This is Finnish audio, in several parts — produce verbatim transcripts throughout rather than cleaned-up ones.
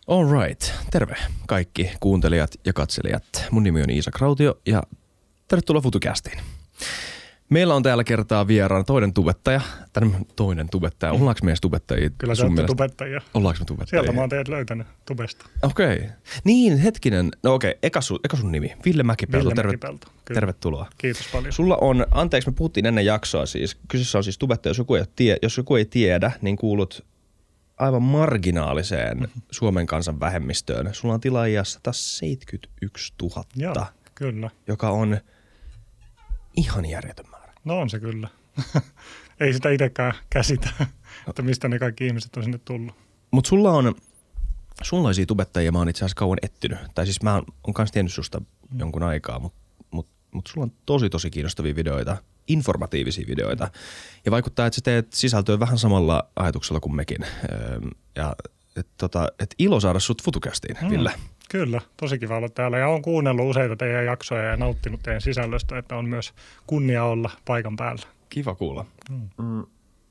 All right. Terve kaikki kuuntelijat ja katselijat. Mun nimi on Iisak Rautio ja tervetuloa FutuCastiin. Meillä on täällä kertaa vieraana toinen tubettaja. Tänne toinen tubettaja. Ollaanko meistä tubettajia? Kyllä te olette tubettajia. Ollaanko me tubettajia? Sieltä mä oon teidät löytänyt tubesta. Okei. Okay. Niin, hetkinen. No okei, okay. eka, sun, eka sun nimi. Ville Mäkipelto. Ville Terve, Mäkipelto. Kyllä. Tervetuloa. Kiitos paljon. Sulla on, anteeksi me puhuttiin ennen jaksoa siis, kyseessä on siis tubettaja, jos joku ei, tie, jos joku ei tiedä, niin kuulut aivan marginaaliseen mm-hmm. Suomen kansan vähemmistöön. Sulla on tilaajia sata seitsemänkymmentäyksituhatta, Joo, kyllä. joka on ihan järjetön määrä. No on se kyllä. Ei sitä itsekään käsitä, että mistä ne kaikki ihmiset on sinne tullut. Mutta sulla on sunlaisia tubettajia mä oon itse asiassa kauan etsinyt. Tai siis mä oon, oon kans tiennyt susta mm. jonkun aikaa, mutta mut, mut sulla on tosi tosi kiinnostavia videoita, informatiivisia videoita. Ja vaikuttaa, että sä teet sisältöä vähän samalla ajatuksella kuin mekin. Öö, ja et, tota, et ilo saada sut FutuCastiin, mm. Ville. Kyllä, tosi kiva olla täällä ja olen kuunnellut useita teidän jaksoja ja nauttinut teidän sisällöstä, että on myös kunnia olla paikan päällä. Kiva kuulla. Mm. Mm.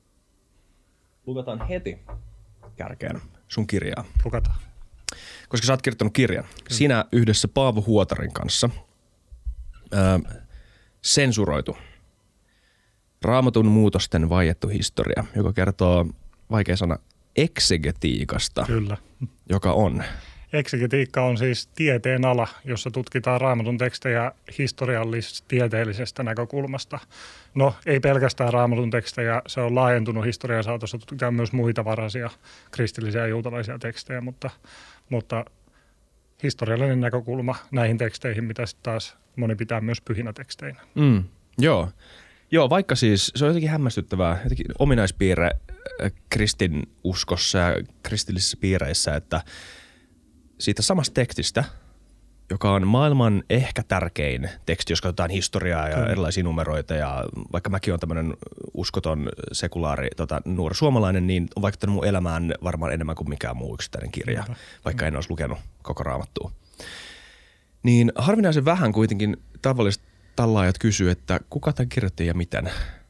Lukataan heti kärkeen sun kirjaa. Lukataan. Koska sä oot kirjoittanut kirjan. Kyllä. Sinä yhdessä Paavo Huotarin kanssa öö, sensuroitu Raamatun muutosten vaiettu historia, joka kertoo vaikea sana eksegetiikasta, Kyllä. joka on... Eksegetiikka on siis tieteen ala, jossa tutkitaan Raamatun tekstejä historiallis-tieteellisestä näkökulmasta. No, ei pelkästään Raamatun tekstejä, se on laajentunut historian saatossa, tutkitaan myös muita varaisia kristillisiä ja juutalaisia tekstejä, mutta, mutta historiallinen näkökulma näihin teksteihin, mitä sitten taas moni pitää myös pyhinä teksteinä. Mm, joo. Joo, vaikka siis se on jotenkin hämmästyttävää, jotenkin ominaispiirre kristinuskossa ja kristillisissä piireissä, että siitä samasta tekstistä, joka on maailman ehkä tärkein teksti, jos katsotaan historiaa ja Kyllä. erilaisia numeroita ja vaikka mäkin olen tämmöinen uskoton sekulaari tota, nuori suomalainen, niin on vaikuttanut mun elämään varmaan enemmän kuin mikään muu yksittäinen kirja, Kyllä. vaikka en olisi lukenut koko Raamattua. Niin harvinaisen vähän kuitenkin tavalliset tallaajat kysyy, että kuka tämän kirjoitti ja miten.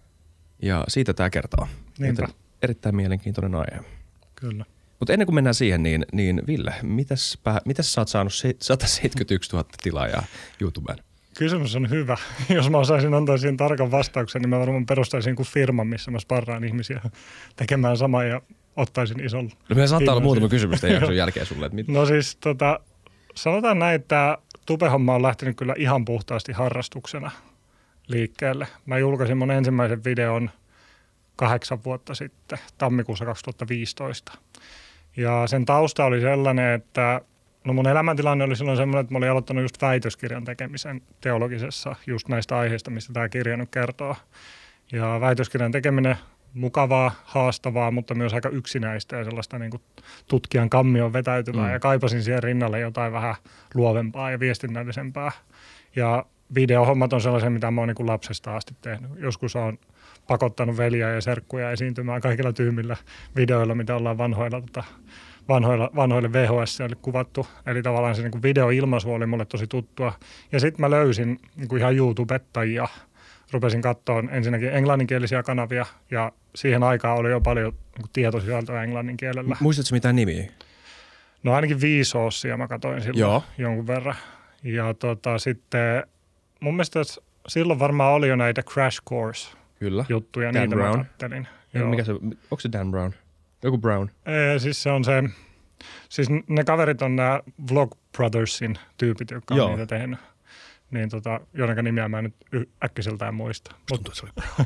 Ja siitä tämä kertoo. Niinpä. Erittäin mielenkiintoinen aihe. Kyllä. Mutta ennen kuin mennään siihen, niin, niin Ville, mitäs, mitäs sä oot saanut sata seitsemänkymmentäyksituhatta tilaajaa YouTubeen? Kysymys on hyvä. Jos mä osaisin antaa siihen tarkan vastauksen, niin mä varmaan perustaisin kuin firman, missä mä sparraan ihmisiä tekemään samaa ja ottaisin ison... No meillä saattaa olla muutama kysymys tämän jakson jälkeen sulle. Että mit... No siis tota, sanotaan näin, että tubehomma on lähtenyt kyllä ihan puhtaasti harrastuksena liikkeelle. Mä julkaisin mun ensimmäisen videon kahdeksan vuotta sitten, tammikuussa kaksituhattaviisitoista. Ja sen tausta oli sellainen, että no mun elämäntilanne oli silloin sellainen, että mä olin aloittanut just väitöskirjan tekemisen teologisessa just näistä aiheista, mistä tämä kirja nyt kertoo. Ja väitöskirjan tekeminen mukavaa, haastavaa, mutta myös aika yksinäistä ja sellaista niin kuin tutkijan kammion vetäytyvää. Mm. Ja kaipasin siihen rinnalle jotain vähän luovempaa ja viestinnällisempää. Ja videohommat on sellaisia, mitä mä oon niin kuin lapsesta asti tehnyt. Joskus on pakottanut veljiä ja serkkuja esiintymään kaikilla tyhmillä videoilla, mitä ollaan vanhoilla, tota, vanhoilla, vanhoille V H S:lle kuvattu. Eli tavallaan se niin kuin videoilmaisu oli mulle tosi tuttua. Ja sitten mä löysin niin kuin ihan YouTubettajia. Rupesin katsoa ensinnäkin englanninkielisiä kanavia ja siihen aikaan oli jo paljon niin kuin tietosisältöä englannin kielellä. Muistatko mitään nimiä? No ainakin Viisoosia mä katsoin silloin Joo. jonkun verran. Ja tota, sitten mun mielestä silloin varmaan oli jo näitä Crash Course Kyllä. juttuja, Dan niitä Brown. mä kattelin. Joo. Mikä se, onko se Dan Brown? Joku Brown? Ee, siis se on se, siis ne kaverit on nämä Vlog Brothersin tyypit, jotka Joo. on niitä tehnyt. Niin tota, jonka nimiä mä en nyt y- äkkiseltään muista. Tuntuu, että se oli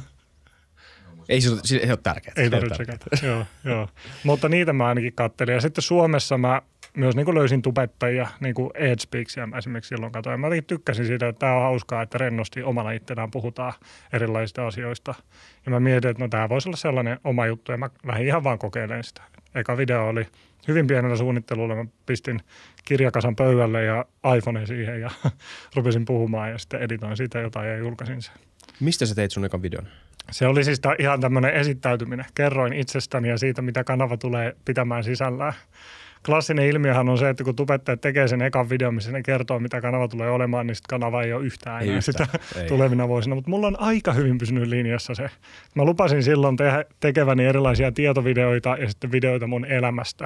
Ei se, se ei ole tärkeää. Ei tarvitse sekata, joo, joo. Mutta niitä mä ainakin kattelin. Ja sitten Suomessa mä myös niin kuin löysin tubettajia, niin kuin Edspeaksia mä esimerkiksi silloin katsoin. Mä tykkäsin siitä, että tämä on hauskaa, että rennosti omana ittenään puhutaan erilaisista asioista. Ja mä mietin, että no tämä voisi olla sellainen oma juttu, ja mä lähdin ihan vaan kokeilemaan sitä. Eka video oli hyvin pienellä suunnittelulla. Mä pistin kirjakasan pöydälle ja iPhone siihen ja rupesin puhumaan ja sitten editoin siitä jotain ja julkaisin sen. Mistä sä teit sun ekan videon? Se oli siis ihan tämmöinen esittäytyminen. Kerroin itsestäni ja siitä, mitä kanava tulee pitämään sisällään. Klassinen ilmiöhän on se, että kun tubettajat tekee sen ekan videon, missä ne kertoo, mitä kanava tulee olemaan, niin sitten kanava ei ole yhtään enää yhtään. sitä ei. tulevina vuosina. Mutta mulla on aika hyvin pysynyt linjassa se. Mä lupasin silloin te- tekeväni erilaisia tietovideoita ja sitten videoita mun elämästä.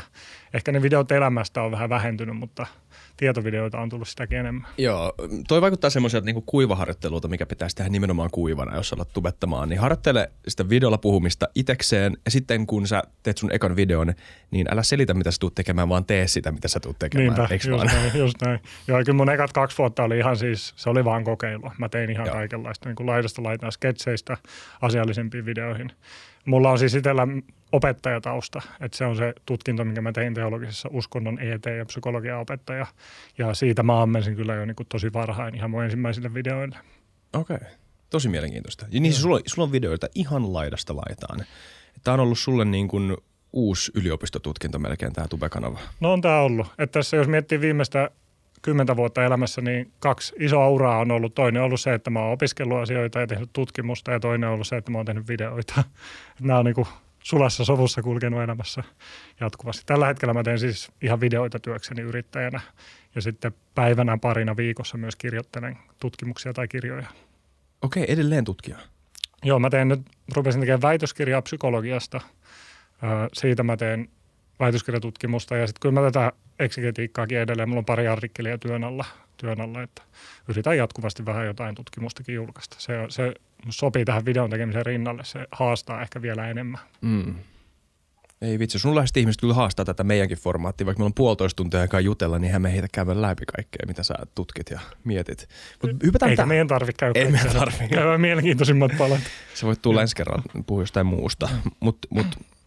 Ehkä ne videot elämästä on vähän vähentynyt, mutta tietovideoita on tullut sitäkin enemmän. Joo, toi vaikuttaa semmoiselta niinku kuivaharjoittelulta, mikä pitäisi tehdä nimenomaan kuivana, jos alat tubettamaan. Niin harjoittele sitä videolla puhumista itekseen ja sitten kun sä teet sun ekan videon, niin älä selitä mitä sä tuut tekemään, vaan tee sitä mitä sä tuut tekemään. Niinpä, Eiks just vaan? näin, just näin. Joo, kyllä mun ekat kaksi vuotta oli ihan siis, se oli vaan kokeilua. Mä tein ihan Joo. kaikenlaista, niin kuin laidasta laitaan sketseistä asiallisempiin videoihin. Mulla on siis itsellä opettajatausta, että se on se tutkinto, minkä mä tein teologisessa uskonnon E T ja psykologian opettaja. Ja siitä mä ammensin kyllä jo niin kuin tosi varhain ihan mun ensimmäisille videoille. Okei, okay. Tosi mielenkiintoista. Ja niin sulla, sulla on videoita ihan laidasta laitaan. Tämä on ollut sulle niin kuin uusi yliopistotutkinto melkein tämä Tube-kanava. No on tämä ollut. Että tässä jos miettii viimeistä kymmentä vuotta elämässä, niin kaksi isoa uraa on ollut. Toinen on ollut se, että mä oon opiskellut asioita ja tehnyt tutkimusta ja toinen on ollut se, että mä oon tehnyt videoita. Nämä on niin kuin sulassa sovussa kulkenut elämässä jatkuvasti. Tällä hetkellä mä teen siis ihan videoita työkseni yrittäjänä ja sitten päivänä parina viikossa myös kirjoittelen tutkimuksia tai kirjoja. Okei, edelleen tutkija. Joo, mä teen nyt, rupesin tekemään väitöskirjaa psykologiasta. Siitä mä teen väitöskirjatutkimusta ja sitten kyllä mä tätä eksegetiikkaakin edelleen. Mulla on pari artikkelia työn alla, työn alla, että yritän jatkuvasti vähän jotain tutkimustakin julkaista. Se, se sopii tähän videon tekemisen rinnalle, se haastaa ehkä vielä enemmän. Mm. Ei vitsi, sunlaiset ihmiset kyllä haastaa tätä meidänkin formaattia, vaikka meillä on puolitoista tuntia aikaa jutella, niin eihän me heitä käydä läpi kaikkea, mitä sä tutkit ja mietit. Mut hypätään Eikä tähän. meidän tarvitse käydä. Ei meidän tarvitse. Käydään mielenkiintoisimmat palat. Sä voit tulla ensi kerran puhua jostain muusta. Mutta mut,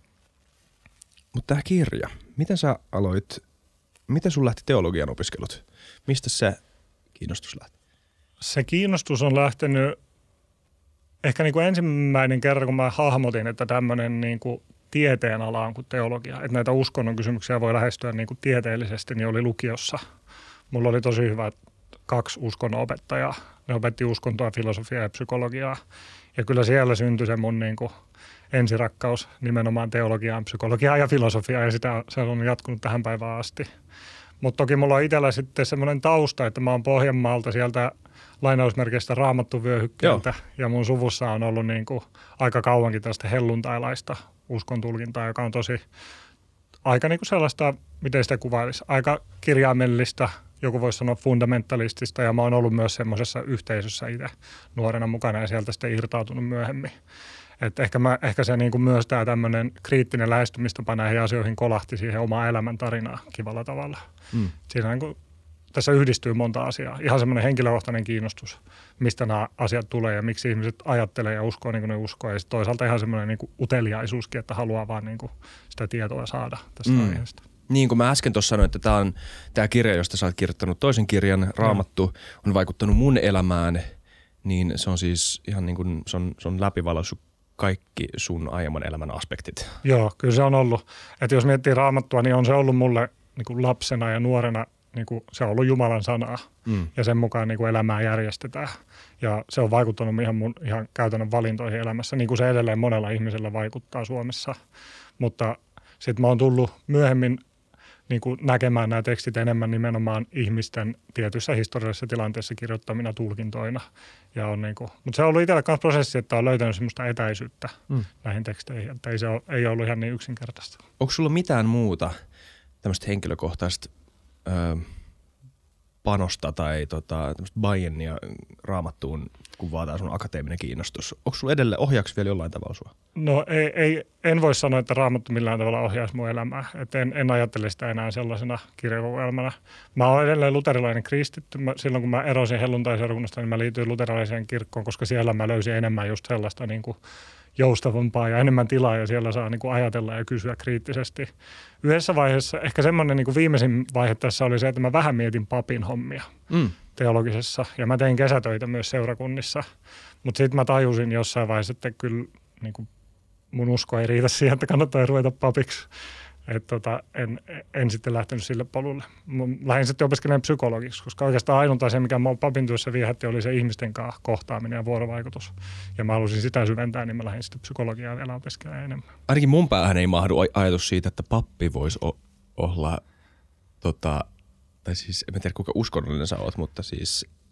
mut tämä kirja, miten sä aloit, miten sun lähti teologian opiskelut? Mistä se kiinnostus lähti? Se kiinnostus on lähtenyt ehkä niin kuin ensimmäinen kerran, kun mä hahmotin, että tämmöinen niin kuin tieteen ala on kuin teologia. Että näitä uskonnon kysymyksiä voi lähestyä niin kuin tieteellisesti, niin oli lukiossa. Mulla oli tosi hyvät kaksi uskonnon opettajaa. Ne opetti uskontoa, filosofiaa ja psykologiaa. Ja kyllä siellä syntyi se mun niin kuin ensirakkaus nimenomaan teologiaan, psykologiaan ja filosofiaan. Ja sitä se on jatkunut tähän päivään asti. Mutta toki mulla on itsellä sitten semmoinen tausta, että mä oon Pohjanmaalta sieltä lainausmerkeistä raamattuvyöhykkeeltä. Ja mun suvussa on ollut niin kuin aika kauankin tästä helluntailaista uskon tulkintaa, joka on tosi aika niin kuin sellaista, miten sitä kuvailisi, aika kirjaimellista, joku voisi sanoa fundamentalistista, ja mä oon ollut myös semmoisessa yhteisössä itse nuorena mukana ja sieltä sitten irtautunut myöhemmin. Että ehkä, mä, ehkä se niin kuin myös tämä tämmöinen kriittinen lähestymistapa näihin asioihin kolahti siihen omaan elämäntarinaan kivalla tavalla. Mm. Siinä niin kuin, tässä yhdistyy monta asiaa. Ihan semmoinen henkilökohtainen kiinnostus, mistä nämä asiat tulee ja miksi ihmiset ajattelee ja uskoo niin kuin ne uskoo. Ja toisaalta ihan semmoinen niin kuin uteliaisuuskin, että haluaa vaan niin kuin sitä tietoa saada tästä mm. aiheesta. Niin kuin mä äsken tuossa sanoin, että tämä on tämä kirja, josta sä oot kirjoittanut toisen kirjan, Raamattu, on vaikuttanut mun elämään, niin se on siis ihan niin kuin, se on, se on läpivalaissut kaikki sun aiemman elämän aspektit. Joo, kyllä se on ollut. Että jos miettii Raamattua, niin on se ollut mulle niin kuin lapsena ja nuorena, niin kuin se on ollut Jumalan sanaa mm. ja sen mukaan niin kuin elämää järjestetään. Ja se on vaikuttanut ihan mun ihan käytännön valintoihin elämässä, niin kuin se edelleen monella ihmisellä vaikuttaa Suomessa. Mutta sitten mä oon tullut myöhemmin niin kuin näkemään nämä tekstit enemmän nimenomaan ihmisten tietyissä historiallisissa tilanteissa kirjoittamina tulkintoina. Ja on niin kuin, mutta se on ollut itsellä myös prosessi, että on löytänyt semmoista etäisyyttä mm. näihin teksteihin, että ei se ole, ei ollut ihan niin yksinkertaista. Onko sulla mitään muuta tämmöistä henkilökohtaista öö, panosta tai tota, tämmöistä buy-inia Raamattuun, kun vaataa sun akateeminen kiinnostus? Onko sulla edelleen ohjaaksi vielä jollain tavalla sua? No ei, ei, en voi sanoa, että Raamattu millään tavalla ohjaisi mun elämää. Et en, en ajattele sitä enää sellaisena kirjakokoelmana. Mä oon edelleen luterilainen kristitty. Mä, silloin kun mä erosin helluntaiseurakunnasta, niin mä liityin luterilaiseen kirkkoon, koska siellä mä löysin enemmän just sellaista niin kuin joustavampaa ja enemmän tilaa ja siellä saa niin kuin ajatella ja kysyä kriittisesti. Yhdessä vaiheessa, ehkä semmoinen niin kuin viimeisin vaihe tässä oli se, että mä vähän mietin papin hommia mm. teologisessa ja mä tein kesätöitä myös seurakunnissa, mutta sitten mä tajusin jossain vaiheessa, että kyllä niin kuin mun usko ei riitä siihen, että kannattaa ruveta papiksi. Että tota, en, en sitten lähtenyt sille polulle. Mä lähdin sitten opiskelemaan psykologiksi, koska oikeastaan ainut asia, mikä mua papin työssä viehätti, oli se ihmisten kanssa kohtaaminen ja vuorovaikutus. Ja mä halusin sitä syventää, niin mä lähdin sitten psykologiaa vielä opiskelemaan enemmän. Ainakin mun päähän ei mahdu ajatus siitä, että pappi voisi o- olla, tota, tai siis en tiedä kuinka uskonnollinen sä oot, mutta siis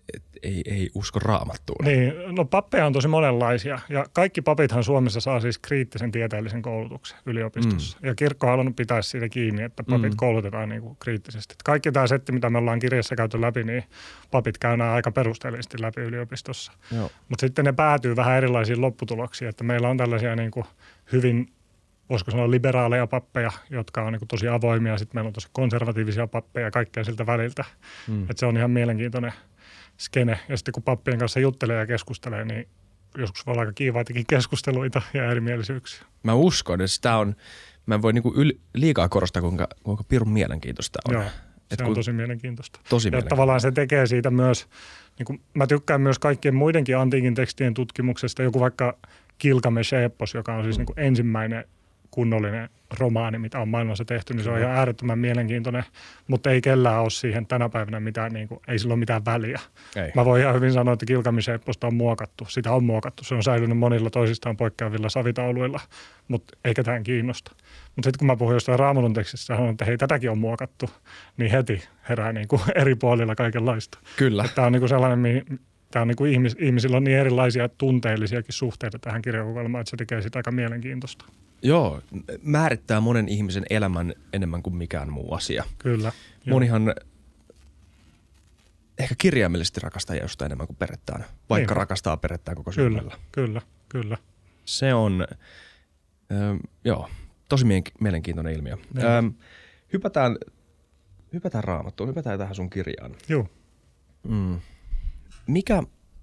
et ei, ei usko raamattuun. Niin, no pappeja on tosi monenlaisia ja kaikki papithan Suomessa saa siis kriittisen tieteellisen koulutuksen yliopistossa. Mm. Ja kirkko on halunnut pitää siitä kiinni, että papit mm. koulutetaan niin kuin kriittisesti. Et kaikki tämä setti, mitä me ollaan kirjassa käyty läpi, niin papit käydään aika perusteellisesti läpi yliopistossa. Mutta sitten ne päätyy vähän erilaisiin lopputuloksiin, että meillä on tällaisia niin kuin hyvin, voisiko sanoa liberaaleja pappeja, jotka on niin kuin tosi avoimia. Sitten meillä on tosi konservatiivisia pappeja ja kaikkea siltä väliltä. Mm. Että se on ihan mielenkiintoinen skene. Ja sitten kun pappien kanssa juttelee ja keskustelee, niin joskus voi olla aika kiivaitakin keskusteluita ja erimielisyyksiä. Mä uskon, että sitä on, mä en voi niinku yl, liikaa korostaa, kuinka, kuinka pirun mielenkiintoista on. Joo, se Et on kun, tosi mielenkiintoista. Tosi ja mielenkiintoista. tavallaan se tekee siitä myös, niin kuin, mä tykkään myös kaikkien muidenkin antiikin tekstien tutkimuksesta, joku vaikka Gilgamesh-epos, joka on siis mm. niin kuin ensimmäinen kunnollinen romaani, mitä on maailmassa tehty, niin se on ihan äärettömän mielenkiintoinen, mutta ei kellään ole siihen tänä päivänä mitään, niin kuin, ei sillä ole mitään väliä. Ei. Mä voin ihan hyvin sanoa, että Gilgamesh-eposta on muokattu, sitä on muokattu, se on säilynyt monilla toisistaan poikkeavilla savitauluilla, mutta ei ketään kiinnosta. Mutta sitten kun mä puhun jostain Raamatun tekstistä ja sanon, että hei, tätäkin on muokattu, niin heti herää niin kuin eri puolilla kaikenlaista. Kyllä. Tämä on niin kuin sellainen, tämä on niin kuin ihmis, ihmisillä on niin erilaisia tunteellisiakin suhteita tähän kirjakokoelmaan, että se tekee sitä aika mielenkiintoista. Joo, määrittää monen ihmisen elämän enemmän kuin mikään muu asia. Kyllä. Monihan jo. ehkä kirjaimellisesti rakastaa jostain enemmän kuin perhettään, vaikka niin. rakastaa perhettään koko sydämellä. Kyllä, kyllä. Se on, ähm, joo, tosi mielenkiintoinen ilmiö. Ähm, hypätään, hypätään Raamattuun, hypätään tähän sun kirjaan. Joo. Mm. Mikä...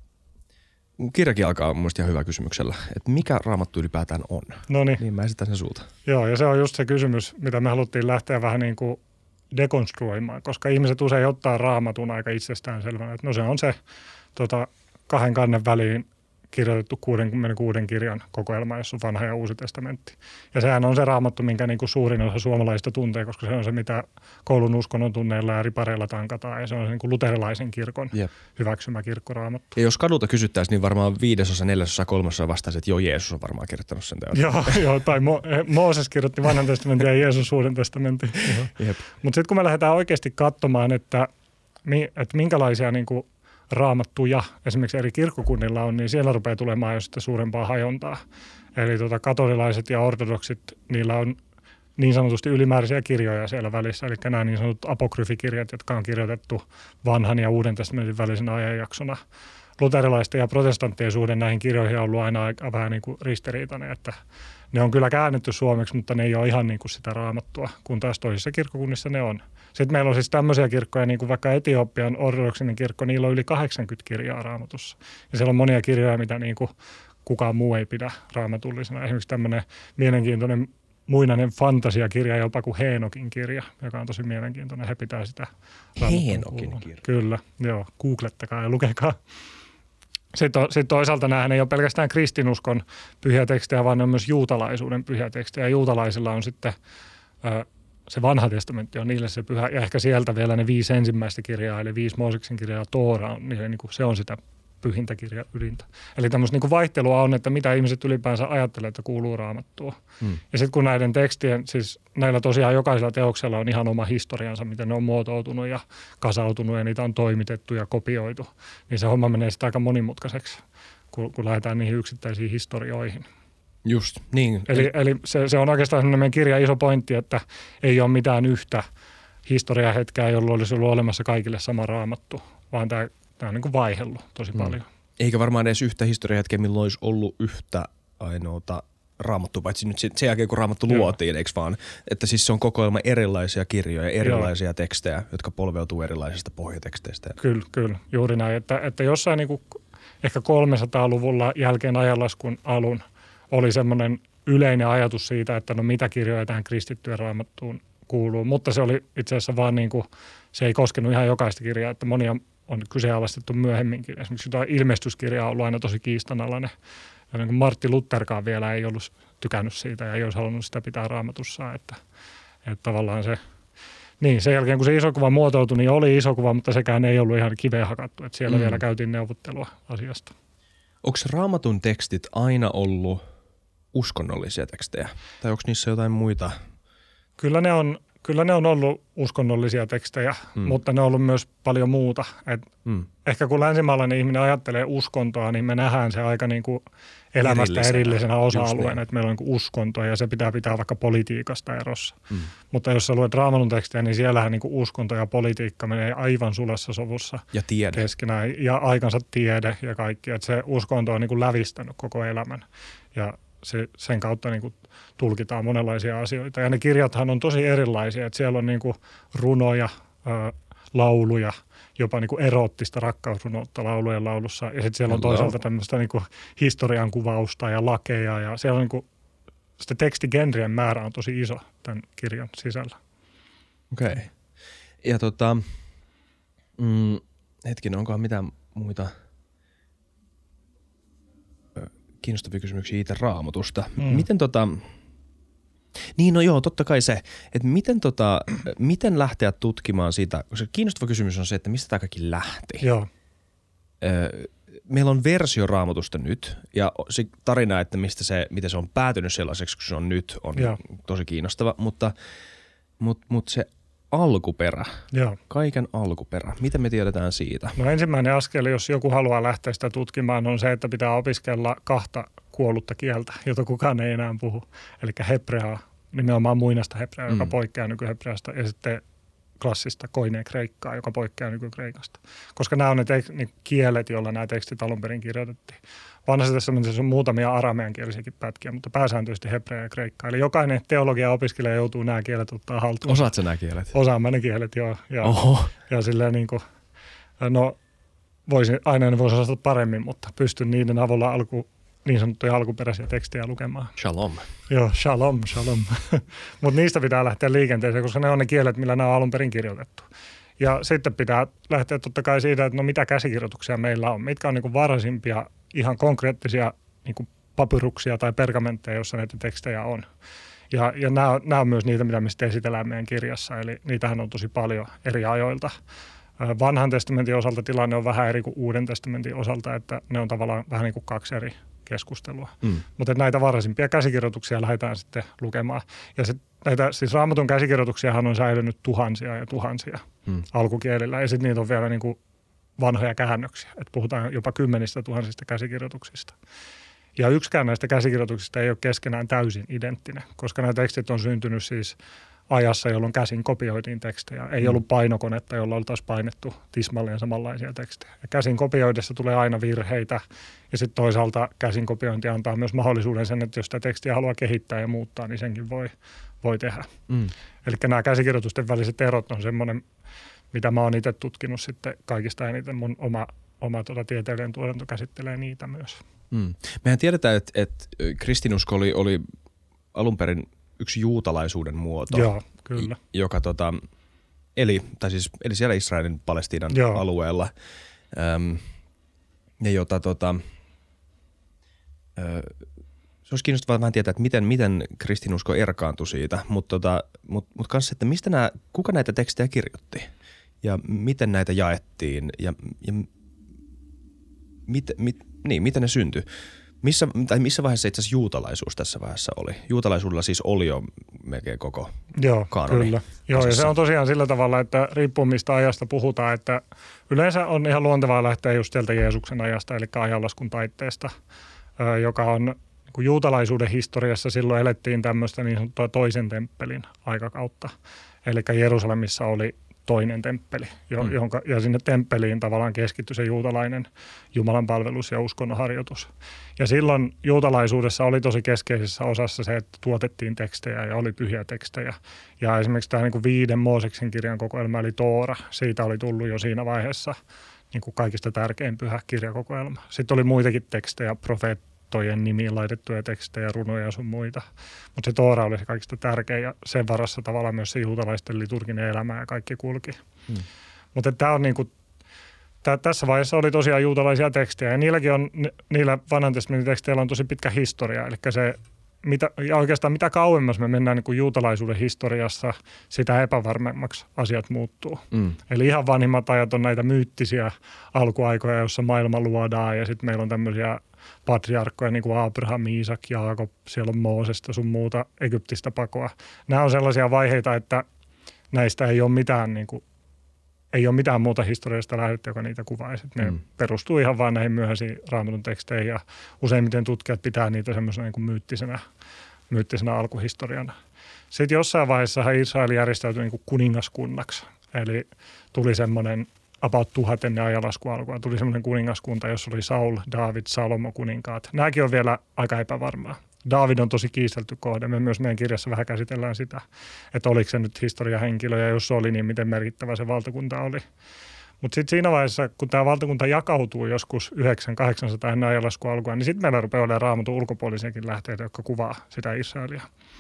Kirjakin alkaa mun mielestä ihan hyvä kysymyksellä, että mikä Raamattu ylipäätään on? Noniin. Niin mä esitän sen sulta. Joo, ja se on just se kysymys, mitä me haluttiin lähteä vähän niin kuin dekonstruoimaan, koska ihmiset usein ottaa Raamatun aika itsestäänselvänä, että no se on se tota, kahden kannen väliin kirjoitettu kuudenkymmenenkuuden kirjan kokoelma, jossa on vanha ja uusi testamentti. Ja sehän on se Raamattu, minkä niin kuin suurin osa suomalaisista tuntee, koska se on se, mitä koulun uskonnon tunneilla ja ripareilla tankataan. Ja se on se niin kuin luterilaisen kirkon Jep. hyväksymä kirkkoraamattu. Ja jos kadulta kysyttäisiin, niin varmaan viidesosa, neljäsosa, kolmasosa vastaisi, että joo, Jeesus on varmaan kirjoittanut sen teon. joo, joo, tai Mo- Mooses kirjoitti vanhan testamentin ja Jeesus uuden testamentin. Mutta sitten kun me lähdetään oikeasti katsomaan, että, että minkälaisia niin kuin raamattuja esimerkiksi eri kirkkokunnilla on, niin siellä rupeaa tulemaan jo sitten suurempaa hajontaa. Eli tota, katolilaiset ja ortodoksit, niillä on niin sanotusti ylimääräisiä kirjoja siellä välissä, eli nämä niin sanotut apokryfikirjat, jotka on kirjoitettu vanhan ja uuden testamentin välisenä ajanjaksona. Luterilaisten ja protestanttien suhde näihin kirjoihin on ollut aina aika vähän niin kuin ristiriitainen, että ne on kyllä käännetty suomeksi, mutta ne ei ole ihan niin kuin sitä raamattua, kun taas toisissa kirkkokunnissa ne on. Sitten meillä on siis tämmöisiä kirkkoja, niin kuin vaikka Etiopian ortodoksinen kirkko, niillä on yli kahdeksankymmentä kirjaa raamatussa. Ja siellä on monia kirjoja, mitä niin kuin kukaan muu ei pidä raamatullisena. Esimerkiksi tämmöinen mielenkiintoinen muinainen fantasiakirja, jopa kuin Heenokin kirja, joka on tosi mielenkiintoinen. He pitää sitä Heenokin kirja? Kyllä, joo. Googlettakaa ja lukekaa. Sitten, sitten toisaalta nämähän ei ole pelkästään kristinuskon pyhiä tekstejä, vaan ne on myös juutalaisuuden pyhiä tekstejä. Juutalaisilla on sitten ö, se vanha testamentti on niille se pyhä, ja ehkä sieltä vielä ne viisi ensimmäistä kirjaa, eli viisi Mooseksen kirjaa Toora, on, niille, niin kuin, se on sitä pyhintä kirjaa ylintä. Eli tämmöistä niin kuin vaihtelua on, että mitä ihmiset ylipäänsä ajattelee, että kuuluu raamattua. Hmm. Ja sitten kun näiden tekstien, siis näillä tosiaan jokaisella teoksella on ihan oma historiansa, miten ne on muotoutunut ja kasautunut ja niitä on toimitettu ja kopioitu, niin se homma menee sitten aika monimutkaiseksi, kun, kun lähdetään niihin yksittäisiin historioihin. Just, niin. Eli, eli se, se on oikeastaan sellainen meidän kirjan iso pointti, että ei ole mitään yhtä historiahetkeä, jolloin olisi ollut olemassa kaikille sama raamattu, vaan tämä Tämä on niin kuin vaihellut tosi hmm. paljon. Eikä varmaan edes yhtä historiahetkeä, milloin olisi ollut yhtä ainoata raamattua, paitsi nyt sen jälkeen, kun raamattu Joo. luotiin, eikö vaan? Että siis se on kokoelma erilaisia kirjoja, erilaisia Joo. tekstejä, jotka polveutuu erilaisista pohjateksteistä. Kyllä, kyllä. Juuri näin. Että, että jossain niin kuin ehkä kolmesataaluvulla jälkeen ajanlaskun alun oli semmoinen yleinen ajatus siitä, että no mitä kirjoja tähän kristittyjen raamattuun kuuluu. Mutta se oli itse asiassa vaan niin kuin, se ei koskenut ihan jokaista kirjaa, että monia on kyseenalaistettu myöhemminkin. Esimerkiksi jotain ilmestyskirjaa on ollut aina tosi kiistanalainen. Ja niin kuin Martti Lutherkaan vielä ei ollut tykännyt siitä ja ei olisi halunnut sitä pitää raamatussaan. Että, että tavallaan se, niin sen jälkeen kun se iso kuva muotoutui, niin oli iso kuva, mutta sekään ei ollut ihan kiveen hakattu. Että siellä mm. vielä käytiin neuvottelua asiasta. Onko raamatun tekstit aina ollut uskonnollisia tekstejä? Tai onko niissä jotain muita? Kyllä ne on, kyllä ne on ollut uskonnollisia tekstejä, mm. mutta ne on ollut myös paljon muuta. Et mm. Ehkä kun länsimaalainen ihminen ajattelee uskontoa, niin me nähdään se aika niin kuin elämästä erillisenä, erillisenä osa-alueena, niin. Että meillä on niin kuin uskontoa ja se pitää pitää vaikka politiikasta erossa. Mm. Mutta jos sä luet Raamatun tekstejä, niin siellähän niin kuin uskonto ja politiikka menee aivan sulessa sovussa ja tiede. Keskenään ja aikansa tiede ja kaikki. Että se uskonto on niin kuin lävistänyt koko elämän ja se, sen kautta niin kuin tulkitaan monenlaisia asioita. Ja ne kirjathan on tosi erilaisia, että siellä on niin kuin runoja, ää, lauluja, jopa niin kuin eroottista rakkausrunoutta laulujen laulussa. Ja sitten siellä on toisaalta tämmöistä niin kuin historian kuvausta ja lakeja. Ja siellä on niin kuin, sitä tekstigenrien määrä on tosi iso tämän kirjan sisällä. Okei. Okay. Ja tota, mm, hetkinen, onkohan mitään muita kiinnostavia kysymyksiä itse Raamatusta. Mm. Miten tota, niin no joo, totta kai se, että miten tota, miten lähteä tutkimaan sitä, koska kiinnostava kysymys on se, että mistä tämä kaikki lähti. Joo. Meillä on versio Raamatusta nyt ja se tarina, että mistä se, miten se on päätynyt sellaiseksi, kun se on nyt, on joo. tosi kiinnostava, mutta, mutta, mutta se alkuperä, joo. kaiken alkuperä, miten me tiedetään siitä? No ensimmäinen askel, jos joku haluaa lähteä sitä tutkimaan, on se, että pitää opiskella kahta kuollutta kieltä, jota kukaan ei enää puhu. Eli hebreaa, nimenomaan muinaista hebreaa, mm. joka poikkeaa nykyhebreasta, ja sitten klassista koineen kreikkaa, joka poikkeaa nykykreikasta. Koska nämä on ne tek- niin kielet, joilla nämä tekstit alun perin kirjoitettiin. Vanhassa testamentissa on muutamia arameankielisiäkin pätkiä, mutta pääsääntöisesti hebreaa ja kreikkaa. Eli jokainen teologia opiskelija joutuu nämä kielet ottaa haltuun. Osaatko nämä kielet? Osaan mä ne kielet, joo. Ja, Oho. ja silleen niin kuin, no voisin, aina ne voisi osata paremmin, mutta pystyn niiden avulla alku, niin sanottuja alkuperäisiä tekstejä lukemaan. Shalom. Joo, shalom, shalom. Mutta niistä pitää lähteä liikenteeseen, koska ne on ne kielet, millä nämä on alun perin kirjoitettu. Ja sitten pitää lähteä totta kai siitä, että no mitä käsikirjoituksia meillä on. Mitkä on niin kuin varhaisimpia, ihan konkreettisia niin kuin papyruksia tai pergamentteja, joissa näitä tekstejä on. Ja, ja nämä, on, nämä on myös niitä, mitä me sitten esitellään meidän kirjassa. Eli niitähän on tosi paljon eri ajoilta. Vanhan testamentin osalta tilanne on vähän eri kuin Uuden testamentin osalta, että ne on tavallaan vähän niin kuin kaksi eri keskustelua. Mm. Mutta näitä varhaisimpia käsikirjoituksia lähdetään sitten lukemaan. Ja sit näitä, siis Raamatun käsikirjoituksiahan on säilynyt tuhansia ja tuhansia mm. alkukielillä. Ja sitten niitä on vielä niin kuin vanhoja käännöksiä. Että puhutaan jopa kymmenistä tuhansista käsikirjoituksista. Ja yksikään näistä käsikirjoituksista ei ole keskenään täysin identtinen, koska nämä tekstit on syntynyt siis ajassa, jolloin käsin kopioitiin tekstejä. Ei ollut painokonetta, jolla oltaisiin painettu tismalleen samanlaisia tekstejä. Ja käsin kopioidessa tulee aina virheitä ja sitten toisaalta käsin kopiointi antaa myös mahdollisuuden sen, että jos sitä tekstiä haluaa kehittää ja muuttaa, niin senkin voi, voi tehdä. Mm. Eli nämä käsikirjoitusten väliset erot on semmoinen, mitä mä oon itse tutkinut sitten kaikista eniten. Mun oma, oma tuota tieteellinen tuotanto käsittelee niitä myös. Mm. Mehän tiedetään, että, että kristinusko oli, oli alun perin yksi juutalaisuuden muoto, Joo, kyllä. joka tota, eli, tai siis, eli siellä Israelin Palestiinan Joo. alueella, äm, ja jota tota, ö, se olisi kiinnostavaa vähän tietää, että miten, miten kristinusko erkaantui siitä, mutta tota, mut, mut kanssa, että mistä nämä, kuka näitä tekstejä kirjoitti ja miten näitä jaettiin ja, ja mit, mit, niin, miten ne syntyi. Missä, tai missä vaiheessa itse asiassa juutalaisuus tässä vaiheessa oli? Juutalaisuudella siis oli jo melkein koko Joo, kaanoni. Kyllä. Joo, ja se on tosiaan sillä tavalla, että riippuen mistä ajasta puhutaan, että yleensä on ihan luontevaa lähteä just sieltä Jeesuksen ajasta, eli ajanlaskun taitteesta, joka on juutalaisuuden historiassa silloin elettiin tämmöistä niin sanottua toisen temppelin aikakautta. Eli Jerusalemissa oli toinen temppeli, mm. jonka, ja sinne temppeliin tavallaan keskittyi se juutalainen Jumalan palvelus ja uskonnonharjoitus. Ja silloin juutalaisuudessa oli tosi keskeisessä osassa se, että tuotettiin tekstejä ja oli pyhiä tekstejä. Ja esimerkiksi tämä niin kuin viiden Mooseksen kirjan kokoelma eli Toora, siitä oli tullut jo siinä vaiheessa niin kuin kaikista tärkein pyhä kirjakokoelma. Sitten oli muitakin tekstejä, profeettojen nimiin laitettuja tekstejä, runoja ja sun muita. Mutta se Toora oli se kaikista tärkein ja sen varassa tavallaan myös se juutalaisten liturginen elämä ja kaikki kulki. Hmm. Mutta tämä on niin kuin, tää, tässä vaiheessa oli tosiaan juutalaisia tekstejä ja niilläkin on, niillä vanhan testamentin teksteillä on tosi pitkä historia. Eli se, mitä, ja oikeastaan mitä kauemmas me mennään niin kuin juutalaisuuden historiassa, sitä epävarmemmaksi asiat muuttuu. Mm. Eli ihan vanhimmat ajat on näitä myyttisiä alkuaikoja, joissa maailma luodaan ja sitten meillä on tämmöisiä patriarkkoja niin kuin Abraham, Iisak, Jaakob, siellä on Moosesta sun muuta Egyptistä pakoa. Nämä on sellaisia vaiheita, että näistä ei ole mitään, niin kuin, ei ole mitään muuta historiasta lähdettä, joka niitä kuvaisi. Ne mm. perustuu ihan vaan näihin myöhäisiin Raamatun teksteihin ja useimmiten tutkijat pitää niitä semmoisena niin kuin myyttisenä, myyttisenä alkuhistoriana. Sitten jossain vaiheessa Israel järjestäytyi niin kuin kuningaskunnaksi, eli tuli semmoinen about tuhat ennen ajanlaskun alkua, tuli semmoinen kuningaskunta, jossa oli Saul, David, Salomo kuninkaat. Nämäkin on vielä aika epävarmaa. David on tosi kiistelty kohde. Me myös meidän kirjassa vähän käsitellään sitä, että oliko se nyt historiahenkilö ja jos oli, niin miten merkittävä se valtakunta oli. Mutta sitten siinä vaiheessa, kun tämä valtakunta jakautuu joskus yhdeksän kahdeksansataa ennen ajanlaskun alkua, niin sitten meillä rupeaa olemaan Raamatun ulkopuolisiakin lähteitä, jotka kuvaa sitä Israelia.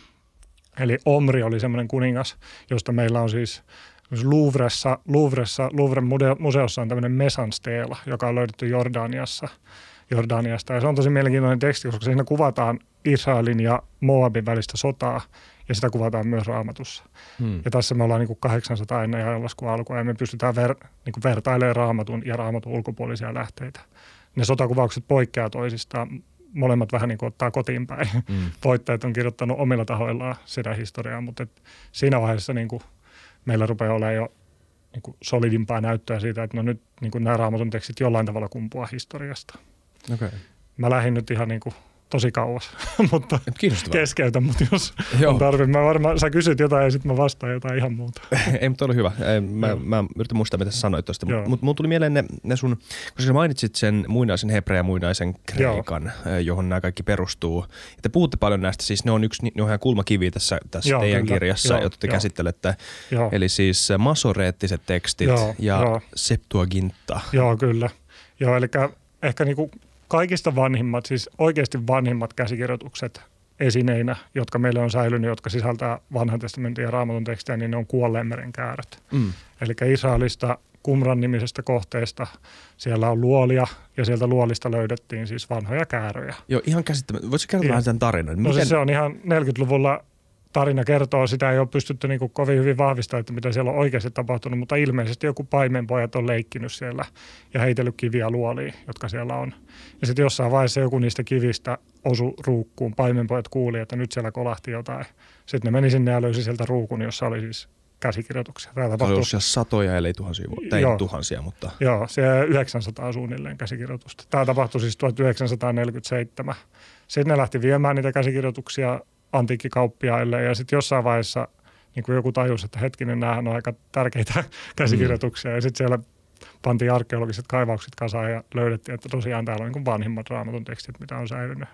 Eli Omri oli semmoinen kuningas, josta meillä on siis Louvressa, Louvressa, Louvren museossa on tämmöinen Mesansteela, joka on löydetty Jordaniassa, Jordaniasta. Ja se on tosi mielenkiintoinen teksti, koska siinä kuvataan Israelin ja Moabin välistä sotaa, ja sitä kuvataan myös Raamatussa. Hmm. Ja tässä me ollaan niin kuin kahdeksansataa ennen ajanlaskun alkua, ja me pystytään ver, niin kuin vertailemaan Raamatun ja Raamatun ulkopuolisia lähteitä. Ne sotakuvaukset poikkeaa toisistaan. Molemmat vähän niin kuin ottaa kotiin päin. Hmm. Voittajat on kirjoittanut omilla tahoillaan sitä historiaa, mutta et siinä vaiheessa niin kuin meillä rupeaa olemaan jo niin kuin solidimpaa näyttöä siitä, että no nyt niin kuin nämä Raamatun tekstit jollain tavalla kumpuaa historiasta. Okay. Mä lähdin nyt ihan niin kuin tosi kauas, mutta kiinnostavaa. Keskeytän, mutta jos Joo. on tarve. Mä varmaan, sä kysyt jotain ja sitten mä vastaan jotain ihan muuta. Ei, mutta oli hyvä. Mä, mä yritän muistaa, mitä sä sanoit tuosta. Mutta mut, mulla tuli mieleen ne, ne sun, koska sä mainitsit sen muinaisen hebrean ja muinaisen kreikan, Joo. johon nämä kaikki perustuu. Ja te puhutte paljon näistä, siis ne on yksi, ne on ihan kulmakivi tässä, tässä Joo, teidän kyllä. kirjassa, Joo, jota te jo. käsittelette. Joo. Eli siis masoreettiset tekstit Joo, ja jo. Septuaginta. Joo, kyllä. Joo, eli ehkä niinku kaikista vanhimmat, siis oikeasti vanhimmat käsikirjoitukset esineinä, jotka meille on säilynyt, jotka sisältää vanhan testamentin ja Raamatun tekstejä, niin ne on Kuolleen käärät. Mm. Eli Israelista Qumran nimisestä kohteesta siellä on luolia ja sieltä luolista löydettiin siis vanhoja kääröjä. Joo, ihan käsittämättä. Voisitko kertoa vähän tämän tarinan? No siis se on ihan neljäkymmentäluvulla tarina kertoo, sitä ei ole pystytty niin kuin kovin hyvin vahvistamaan, että mitä siellä on oikeasti tapahtunut, mutta ilmeisesti joku paimenpojat on leikkinyt siellä ja heitellyt kiviä luoliin, jotka siellä on. Ja sitten jossain vaiheessa joku niistä kivistä osui ruukkuun, paimenpojat kuuli, että nyt siellä kolahti jotain. Sitten ne meni sinne ja löysi sieltä ruukun, jossa oli siis käsikirjoituksia. Tämä tapahtui siellä satoja, eli tuhansia, tai ei tuhansia, mutta Joo, siellä yhdeksänsataa suunnilleen käsikirjoitusta. Tämä tapahtui siis tuhatyhdeksänsataaneljäkymmentäseitsemän. Sitten ne lähti viemään niitä käsikirjoituksia antiikkikauppiaille ja sitten jossain vaiheessa niin kuin joku tajusi, että hetkinen, nämä on aika tärkeitä käsikirjoituksia. Mm. Ja sitten siellä pantiin arkeologiset kaivaukset kasaan ja löydettiin, että tosiaan täällä on niin kuin vanhimmat Raamatun tekstit, mitä on säilynyt.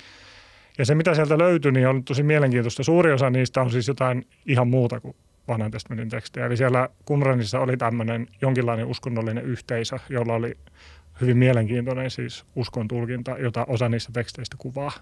Ja se, mitä sieltä löytyi, niin on tosi mielenkiintoista. Suuri osa niistä on siis jotain ihan muuta kuin vanhan testamentin tekstejä. Eli siellä Qumranissa oli tämmöinen jonkinlainen uskonnollinen yhteisö, jolla oli hyvin mielenkiintoinen siis uskon tulkinta, jota osa niistä teksteistä kuvaa.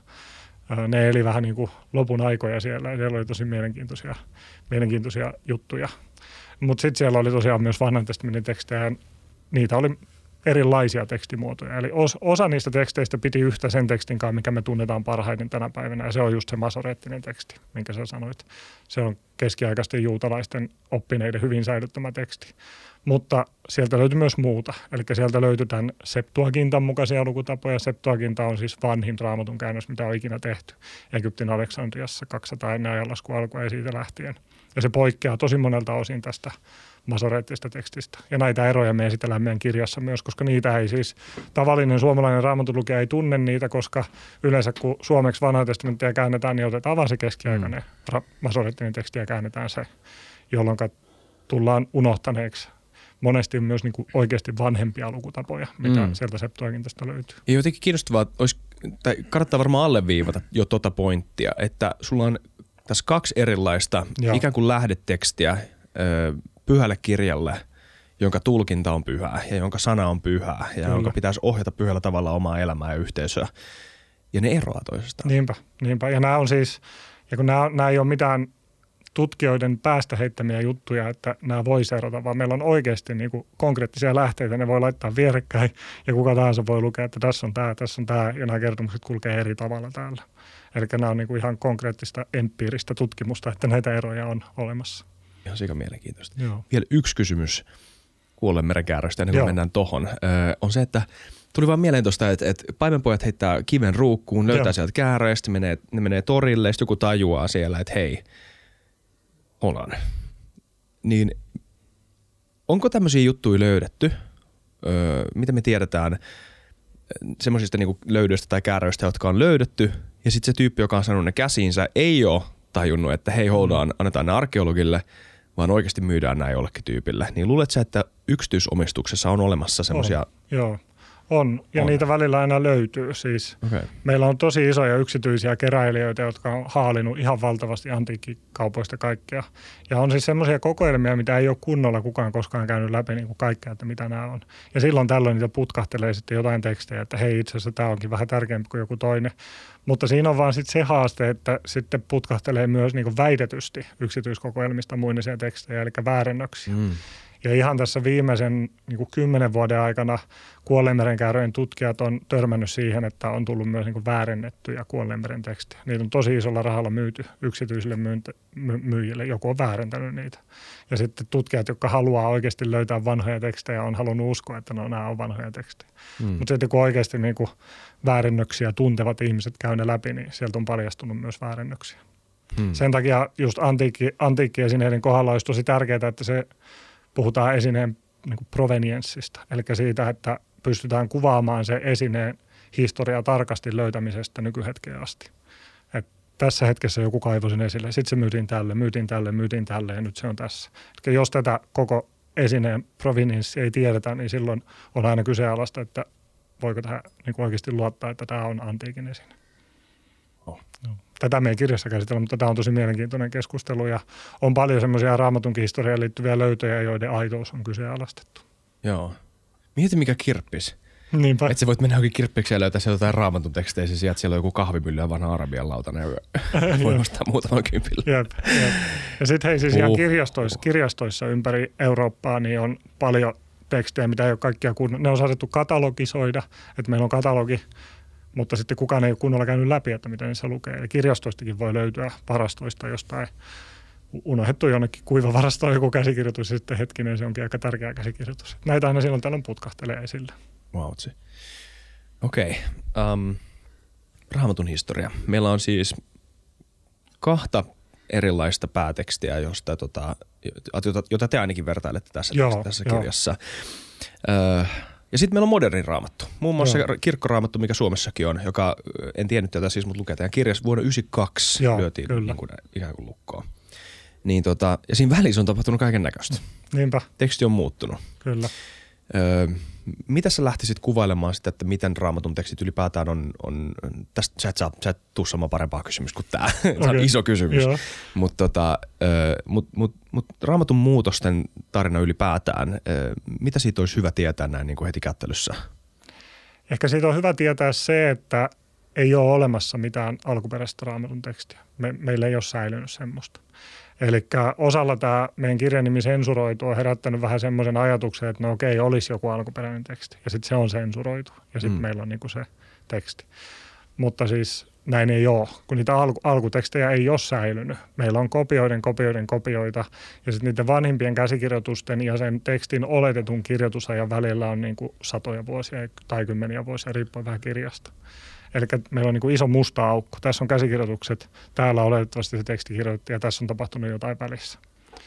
Ne eli vähän niin kuin lopun aikoja siellä ja siellä oli tosi mielenkiintoisia, mielenkiintoisia juttuja. Mutta sitten siellä oli tosiaan myös vanhan testamentin tekstejä ja niitä oli erilaisia tekstimuotoja. Eli os, osa niistä teksteistä piti yhtä sen tekstin kanssa, mikä me tunnetaan parhaiten tänä päivänä ja se on just se masoreettinen teksti, minkä sä sanoit. Se on keskiaikaisten juutalaisten oppineiden hyvin säilyttämä teksti. Mutta sieltä löytyi myös muuta. Eli sieltä löytyi tämän Septuagintan mukaisia lukutapoja. Septuaginta on siis vanhin Raamatun käännös, mitä on ikinä tehty Egyptin Aleksandriassa kaksisataa ennen ajanlaskun alkua ja siitä lähtien. Ja se poikkeaa tosi monelta osin tästä masoreettisesta tekstistä. Ja näitä eroja me esitellään meidän kirjassa myös, koska niitä ei siis tavallinen suomalainen Raamatun lukija ei tunne niitä, koska yleensä kun suomeksi vanhaa testamenttia käännetään, niin otetaan vaan se keskiaikainen mm. masoreettinen teksti ja käännetään se, jolloin tullaan unohtaneeksi monesti myös niin kuin oikeasti vanhempia lukutapoja, mitä mm. sieltä Septuagintasta löytyy. Ja jotenkin kiinnostavaa, olisi, tai kannattaa varmaan alleviivata jo tota pointtia, että sulla on tässä kaksi erilaista Joo. ikään kuin lähdetekstiä ö, pyhälle kirjalle, jonka tulkinta on pyhää ja jonka sana on pyhää ja Kyllä. jonka pitäisi ohjata pyhällä tavalla omaa elämää ja yhteisöä. Ja ne eroaa toisistaan. Niinpä, niinpä. Ja nämä on siis, ja kun nämä, nämä ei ole mitään tutkijoiden päästä heittämiä juttuja, että nämä voi erota, vaan meillä on oikeasti niin kuin konkreettisia lähteitä, ne voi laittaa vierekkäin ja kuka tahansa voi lukea, että tässä on tämä, tässä on tämä ja nämä kertomukset kulkee eri tavalla täällä. Eli nämä on niin kuin ihan konkreettista empiiristä tutkimusta, että näitä eroja on olemassa. Ihan sika mielenkiintoista. Joo. Vielä yksi kysymys Kuolleen kääröstä, ennen kuin mennään tohon, öö, on se, että tuli vaan mieleen tuosta, että, että paimenpojat heittää kiven ruukkuun, löytää Joo. sieltä kääröä, sitten menee, ne menee torille, sitten joku tajuaa siellä, että hei, Olan. niin onko tämmöisiä juttuja löydetty, öö, mitä me tiedetään semmoisista niinku löydöistä tai kääröistä, jotka on löydetty, ja sitten se tyyppi, joka on saanut ne käsiinsä, ei ole tajunnut, että hei, hold on, annetaan ne arkeologille, vaan oikeasti myydään näin jollekin tyypille. Niin luuletko sä, että yksityisomistuksessa on olemassa semmoisia? Joo, on. Ja on. Niitä välillä aina löytyy. Siis okay. Meillä on tosi isoja yksityisiä keräilijöitä, jotka on haalinut ihan valtavasti antiikkikaupoista kaikkea. Ja on siis semmoisia kokoelmia, mitä ei ole kunnolla kukaan koskaan käynyt läpi niin kuin kaikkea, että mitä nämä on. Ja silloin tällöin niitä putkahtelee sitten jotain tekstejä, että hei, itse asiassa tämä onkin vähän tärkeämpi kuin joku toinen. Mutta siinä on vaan sitten se haaste, että sitten putkahtelee myös niin kuin väitetysti yksityiskokoelmista muinisia tekstejä, eli väärennöksiä. Mm. Ja ihan tässä viimeisen niin kuin kymmenen vuoden aikana kuolleenmerenkääröjen tutkijat on törmännyt siihen, että on tullut myös niin kuin väärennettyjä kuolleenmeren tekstejä. Niitä on tosi isolla rahalla myyty yksityisille myyntä, my, myyjille. Joku on väärentänyt niitä. Ja sitten tutkijat, jotka haluaa oikeasti löytää vanhoja tekstejä, on halunnut uskoa, että no, nämä on vanhoja tekstejä. Hmm. Mutta sitten kun oikeasti niin kuin väärennöksiä tuntevat ihmiset käy ne läpi, niin sieltä on paljastunut myös väärennöksiä. Hmm. Sen takia just antiikki, antiikkiesineiden kohdalla olisi tosi tärkeää, että se puhutaan esineen niin kuin provenienssista, eli siitä, että pystytään kuvaamaan se esineen historiaa tarkasti löytämisestä nykyhetkeen asti. Et tässä hetkessä joku kaivoi sen esille, sitten se myytiin tälle, myytiin tälle, myytiin tälle ja nyt se on tässä. Eli jos tätä koko esineen provenienssia ei tiedetä, niin silloin on aina kyseenalaista, että voiko tähän niin kuin oikeasti luottaa, että tämä on antiikin esine. Oh. No. Tätä me ei kirjassa käsitellä, mutta tämä on tosi mielenkiintoinen keskustelu ja on paljon semmoisia Raamatunkin historiaan liittyviä löytöjä, joiden aitous on kyseenalaistettu. Joo. Mieti mikä kirppis. Niinpä. Että sä voit mennä johonkin kirppikseen ja löytää sieltä jotain Raamatun tekstejä, ja sieltä siellä on joku kahvimylly ja vanha arabian lautanen, ja voi ostaa muutaman kympillä. Jep, jep. Ja sitten hei siis uh. ihan kirjastoissa, kirjastoissa ympäri Eurooppaa niin on paljon tekstejä, mitä ei ole kaikkia kunnolla. Ne on saatettu katalogisoida, että meillä on katalogi, mutta sitten kukaan ei ole kunnolla käynyt läpi, että mitä niissä lukee. Eli kirjastoistakin voi löytyä varastoista jostain unohdettu jonnekin kuivavarastoon joku käsikirjoitus ja sitten hetkinen, se onkin aika tärkeä käsikirjoitus. Näitä aina silloin tällöin putkahtelee esille. Vautsi. Okei. Okay. Um, Raamatun historia. Meillä on siis kahta erilaista päätekstiä, josta, tota, jota, jota te ainakin vertailette tässä, joo, tässä kirjassa. Öö, ja sitten meillä on moderni raamattu. Muun muassa joo. kirkkoraamattu, mikä Suomessakin on, joka en tiennyt tätä siis, mutta lukee tämän kirjassa vuonna yhdeksänkymmentäkaksi joo, lyötiin niin kuin, ikään kuin lukkoon. Niin tota, ja siinä välissä on tapahtunut kaiken näköistä. Niinpä. Teksti on muuttunut. Kyllä. Öö, mitä sä lähtisit kuvailemaan sitä, että miten Raamatun tekstit ylipäätään on, on tästä sä et, saa, sä et tuu saamaan parempaa kysymys kuin tämä. Okay. Tämä on iso kysymys. Mutta tota, öö, mut, mut, mut Raamatun muutosten tarina ylipäätään, öö, mitä siitä olisi hyvä tietää näin niin kuin heti kättelyssä? Ehkä siitä on hyvä tietää se, että ei ole olemassa mitään alkuperäistä Raamatun tekstiä. Me, meillä ei ole säilynyt semmoista. Eli osalla tämä meidän kirjan nimi sensuroitu on herättänyt vähän semmoisen ajatuksen, että no okei, olisi joku alkuperäinen teksti. Ja sitten se on sensuroitu ja sitten mm. meillä on niinku se teksti. Mutta siis näin ei ole, kun niitä alku- alkutekstejä ei ole säilynyt. Meillä on kopioiden, kopioiden, kopioita ja sitten niiden vanhimpien käsikirjoitusten ja sen tekstin oletetun kirjoitusajan välillä on niinku satoja vuosia tai kymmeniä vuosia, riippuen vähän kirjasta. Eli meillä on niin kuin iso musta aukko. Tässä on käsikirjoitukset, täällä oletettavasti se teksti kirjoitti ja tässä on tapahtunut jotain välissä.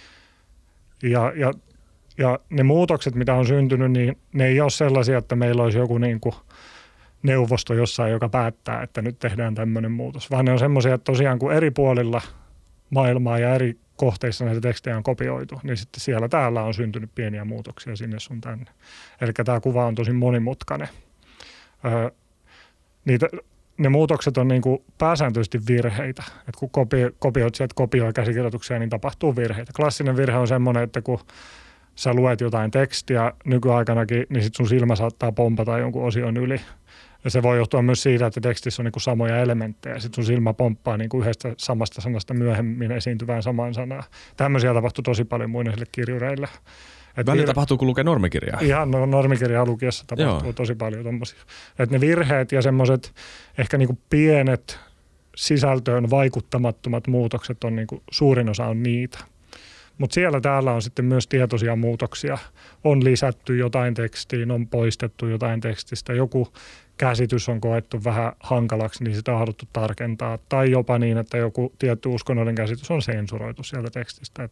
Ja, ja, ja ne muutokset, mitä on syntynyt, niin ne ei ole sellaisia, että meillä olisi joku niin kuin neuvosto jossain, joka päättää, että nyt tehdään tämmöinen muutos. Vaan ne on semmoisia, että tosiaan kun eri puolilla maailmaa ja eri kohteissa näitä tekstejä on kopioitu, niin sitten siellä täällä on syntynyt pieniä muutoksia sinne sun tänne. Eli tämä kuva on tosi monimutkainen. Öö, Niitä, ne muutokset on niin kuin pääsääntöisesti virheitä. Et kun kopi, kopioit sieltä kopioi käsikirjoituksia, niin tapahtuu virheitä. Klassinen virhe on semmoinen, että kun sä luet jotain tekstiä nykyaikanakin, niin sit sun silmä saattaa pompata jonkun osion yli. Ja se voi johtua myös siitä, että tekstissä on niin kuin samoja elementtejä. Sitten sun silmä pomppaa niin kuin yhdestä samasta sanasta myöhemmin esiintyvään samaan sanaan. Tämmöisiä tapahtuu tosi paljon muinaisille kirjureille. Välillä vir... tapahtuu, kun lukee normikirjaa. Ihan no, normikirjaa lukiessa tapahtuu Joo. tosi paljon tommosia. Että ne virheet ja semmoiset ehkä niinku pienet sisältöön vaikuttamattomat muutokset on niinku, suurin osa on niitä. Mutta siellä täällä on sitten myös tietoisia muutoksia. On lisätty jotain tekstiin, on poistettu jotain tekstistä. Joku käsitys on koettu vähän hankalaksi, niin sitä on haluttu tarkentaa. Tai jopa niin, että joku tietty uskonnollinen käsitys on sensuroitu sieltä tekstistä. Että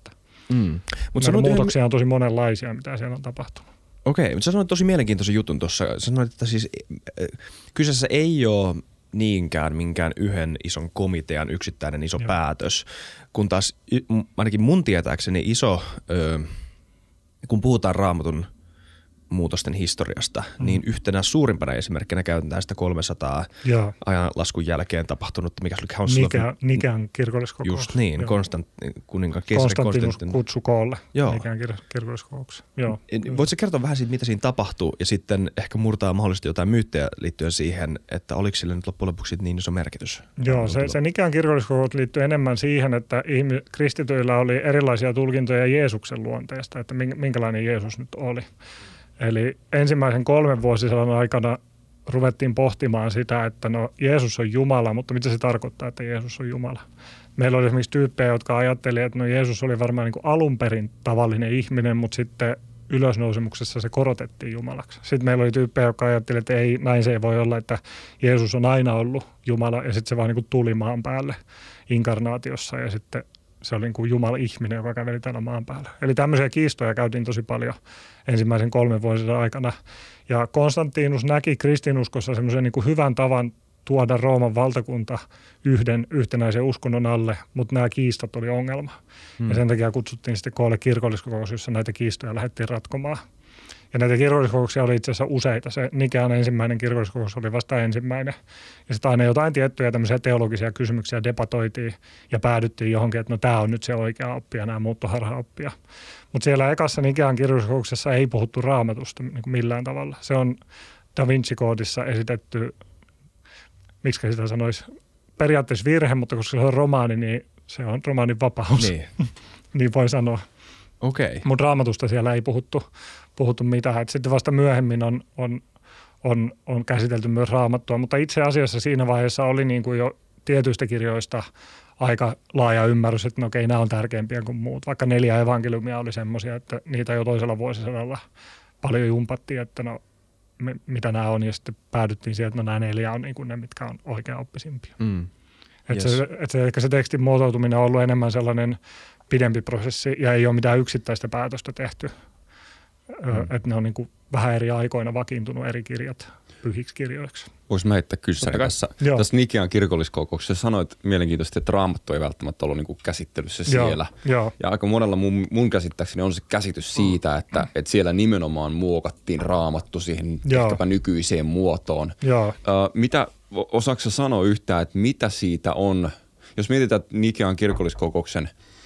Mm. Mut muutoksia on tosi monenlaisia, mitä siellä on tapahtunut. Okei, mutta sä sanoit tosi mielenkiintoisen jutun tuossa. Sä sanoit, että siis kyseessä ei ole niinkään minkään yhden ison komitean yksittäinen iso Joo. päätös, kun taas ainakin mun tietääkseni iso, ö, kun puhutaan Raamatun muutosten historiasta, mm. niin yhtenä suurimpana esimerkkinä käytetään sitä kolmesataa Joo. ajanlaskun jälkeen tapahtunut, mikä se oli Council of... Nikean kirkolliskokous. Just niin, Konstant, kuninkaan Konstantinus kutsui koolle Nikean kir- kirkolliskokouksen. Joo. Voitko kertoa vähän siitä, mitä siinä tapahtuu ja sitten ehkä murtaa mahdollisesti jotain myyttejä liittyen siihen, että oliko sille nyt loppujen lopuksi niin iso merkitys? Joo, se, se Nikean kirkolliskokous liittyy enemmän siihen, että ihmis- kristityillä oli erilaisia tulkintoja Jeesuksen luonteesta, että minkälainen Jeesus nyt oli. Eli ensimmäisen kolmen vuosisadan aikana ruvettiin pohtimaan sitä, että no Jeesus on Jumala, mutta mitä se tarkoittaa, että Jeesus on Jumala? Meillä oli esimerkiksi tyyppejä, jotka ajattelivat, että no Jeesus oli varmaan niin kuin alun perin tavallinen ihminen, mutta sitten ylösnousemuksessa se korotettiin Jumalaksi. Sitten meillä oli tyyppejä, jotka ajattelivat, että ei, näin se ei voi olla, että Jeesus on aina ollut Jumala ja sitten se vaan niin kuin tuli maan päälle inkarnaatiossa ja sitten se oli niin kuin Jumala-ihminen, joka käveli täällä maan päällä. Eli tämmöisiä kiistoja käytiin tosi paljon ensimmäisen kolmen vuosien aikana. Ja Konstantinus näki kristinuskossa semmoisen niin kuin hyvän tavan tuoda Rooman valtakunta yhden yhtenäisen uskonnon alle, mutta nämä kiistat oli ongelma. Hmm. Ja sen takia kutsuttiin sitten koolle kirkolliskokous, jossa näitä kiistoja lähdettiin ratkomaan. Ja näitä kirkolliskokouksia oli itse asiassa useita. Se Nikean ensimmäinen kirkolliskokous oli vasta ensimmäinen. Ja sitten aina jotain tiettyjä tämmöisiä teologisia kysymyksiä debatoitiin ja päädyttiin johonkin, että no tämä on nyt se oikea oppi ja nämä muut on harhaoppia. Mutta siellä ekassa Nikean kirkolliskokouksessa ei puhuttu Raamatusta niin kuin millään tavalla. Se on Da Vinci-koodissa esitetty, miksi sitä sanoisi, periaatteessa virhe, mutta koska se on romaani, niin se on romaanin vapaus. Niin, niin voi sanoa. Okei. Mutta Raamatusta siellä ei puhuttu, puhuttu mitään. Et sitten vasta myöhemmin on, on, on, on käsitelty myös Raamattua, mutta itse asiassa siinä vaiheessa oli niin kuin jo tietyistä kirjoista aika laaja ymmärrys, että no okei, nämä on tärkeämpiä kuin muut. Vaikka neljä evankeliumia oli semmoisia, että niitä jo toisella vuosisadalla paljon jumpattiin, että no me, mitä nämä on, ja sitten päädyttiin siihen, että no nämä neljä on niin kuin ne, mitkä on oikeaoppisimpia. Mm. Että yes. se, et se, ehkä se tekstin muotoutuminen on ollut enemmän sellainen pidempi prosessi ja ei ole mitään yksittäistä päätöstä tehty. Mm. Että ne on niin kuin vähän eri aikoina vakiintunut eri kirjat pyhiksi kirjoiksi. Voisi mä heittää kyssäri tässä. Joo. Tässä Nikean kirkolliskokouksessa sanoit mielenkiintoisesti, että Raamattu ei välttämättä ollut niin kuin käsittelyssä Joo. siellä. Joo. Ja aika monella mun, mun käsittääkseni on se käsitys siitä, että, mm. että siellä nimenomaan muokattiin Raamattu siihen Joo. ehkäpä nykyiseen muotoon. Joo. Ö, mitä, osaatko sä sanoa yhtään, että mitä siitä on, jos mietitään Nikean kirkolliskokouksen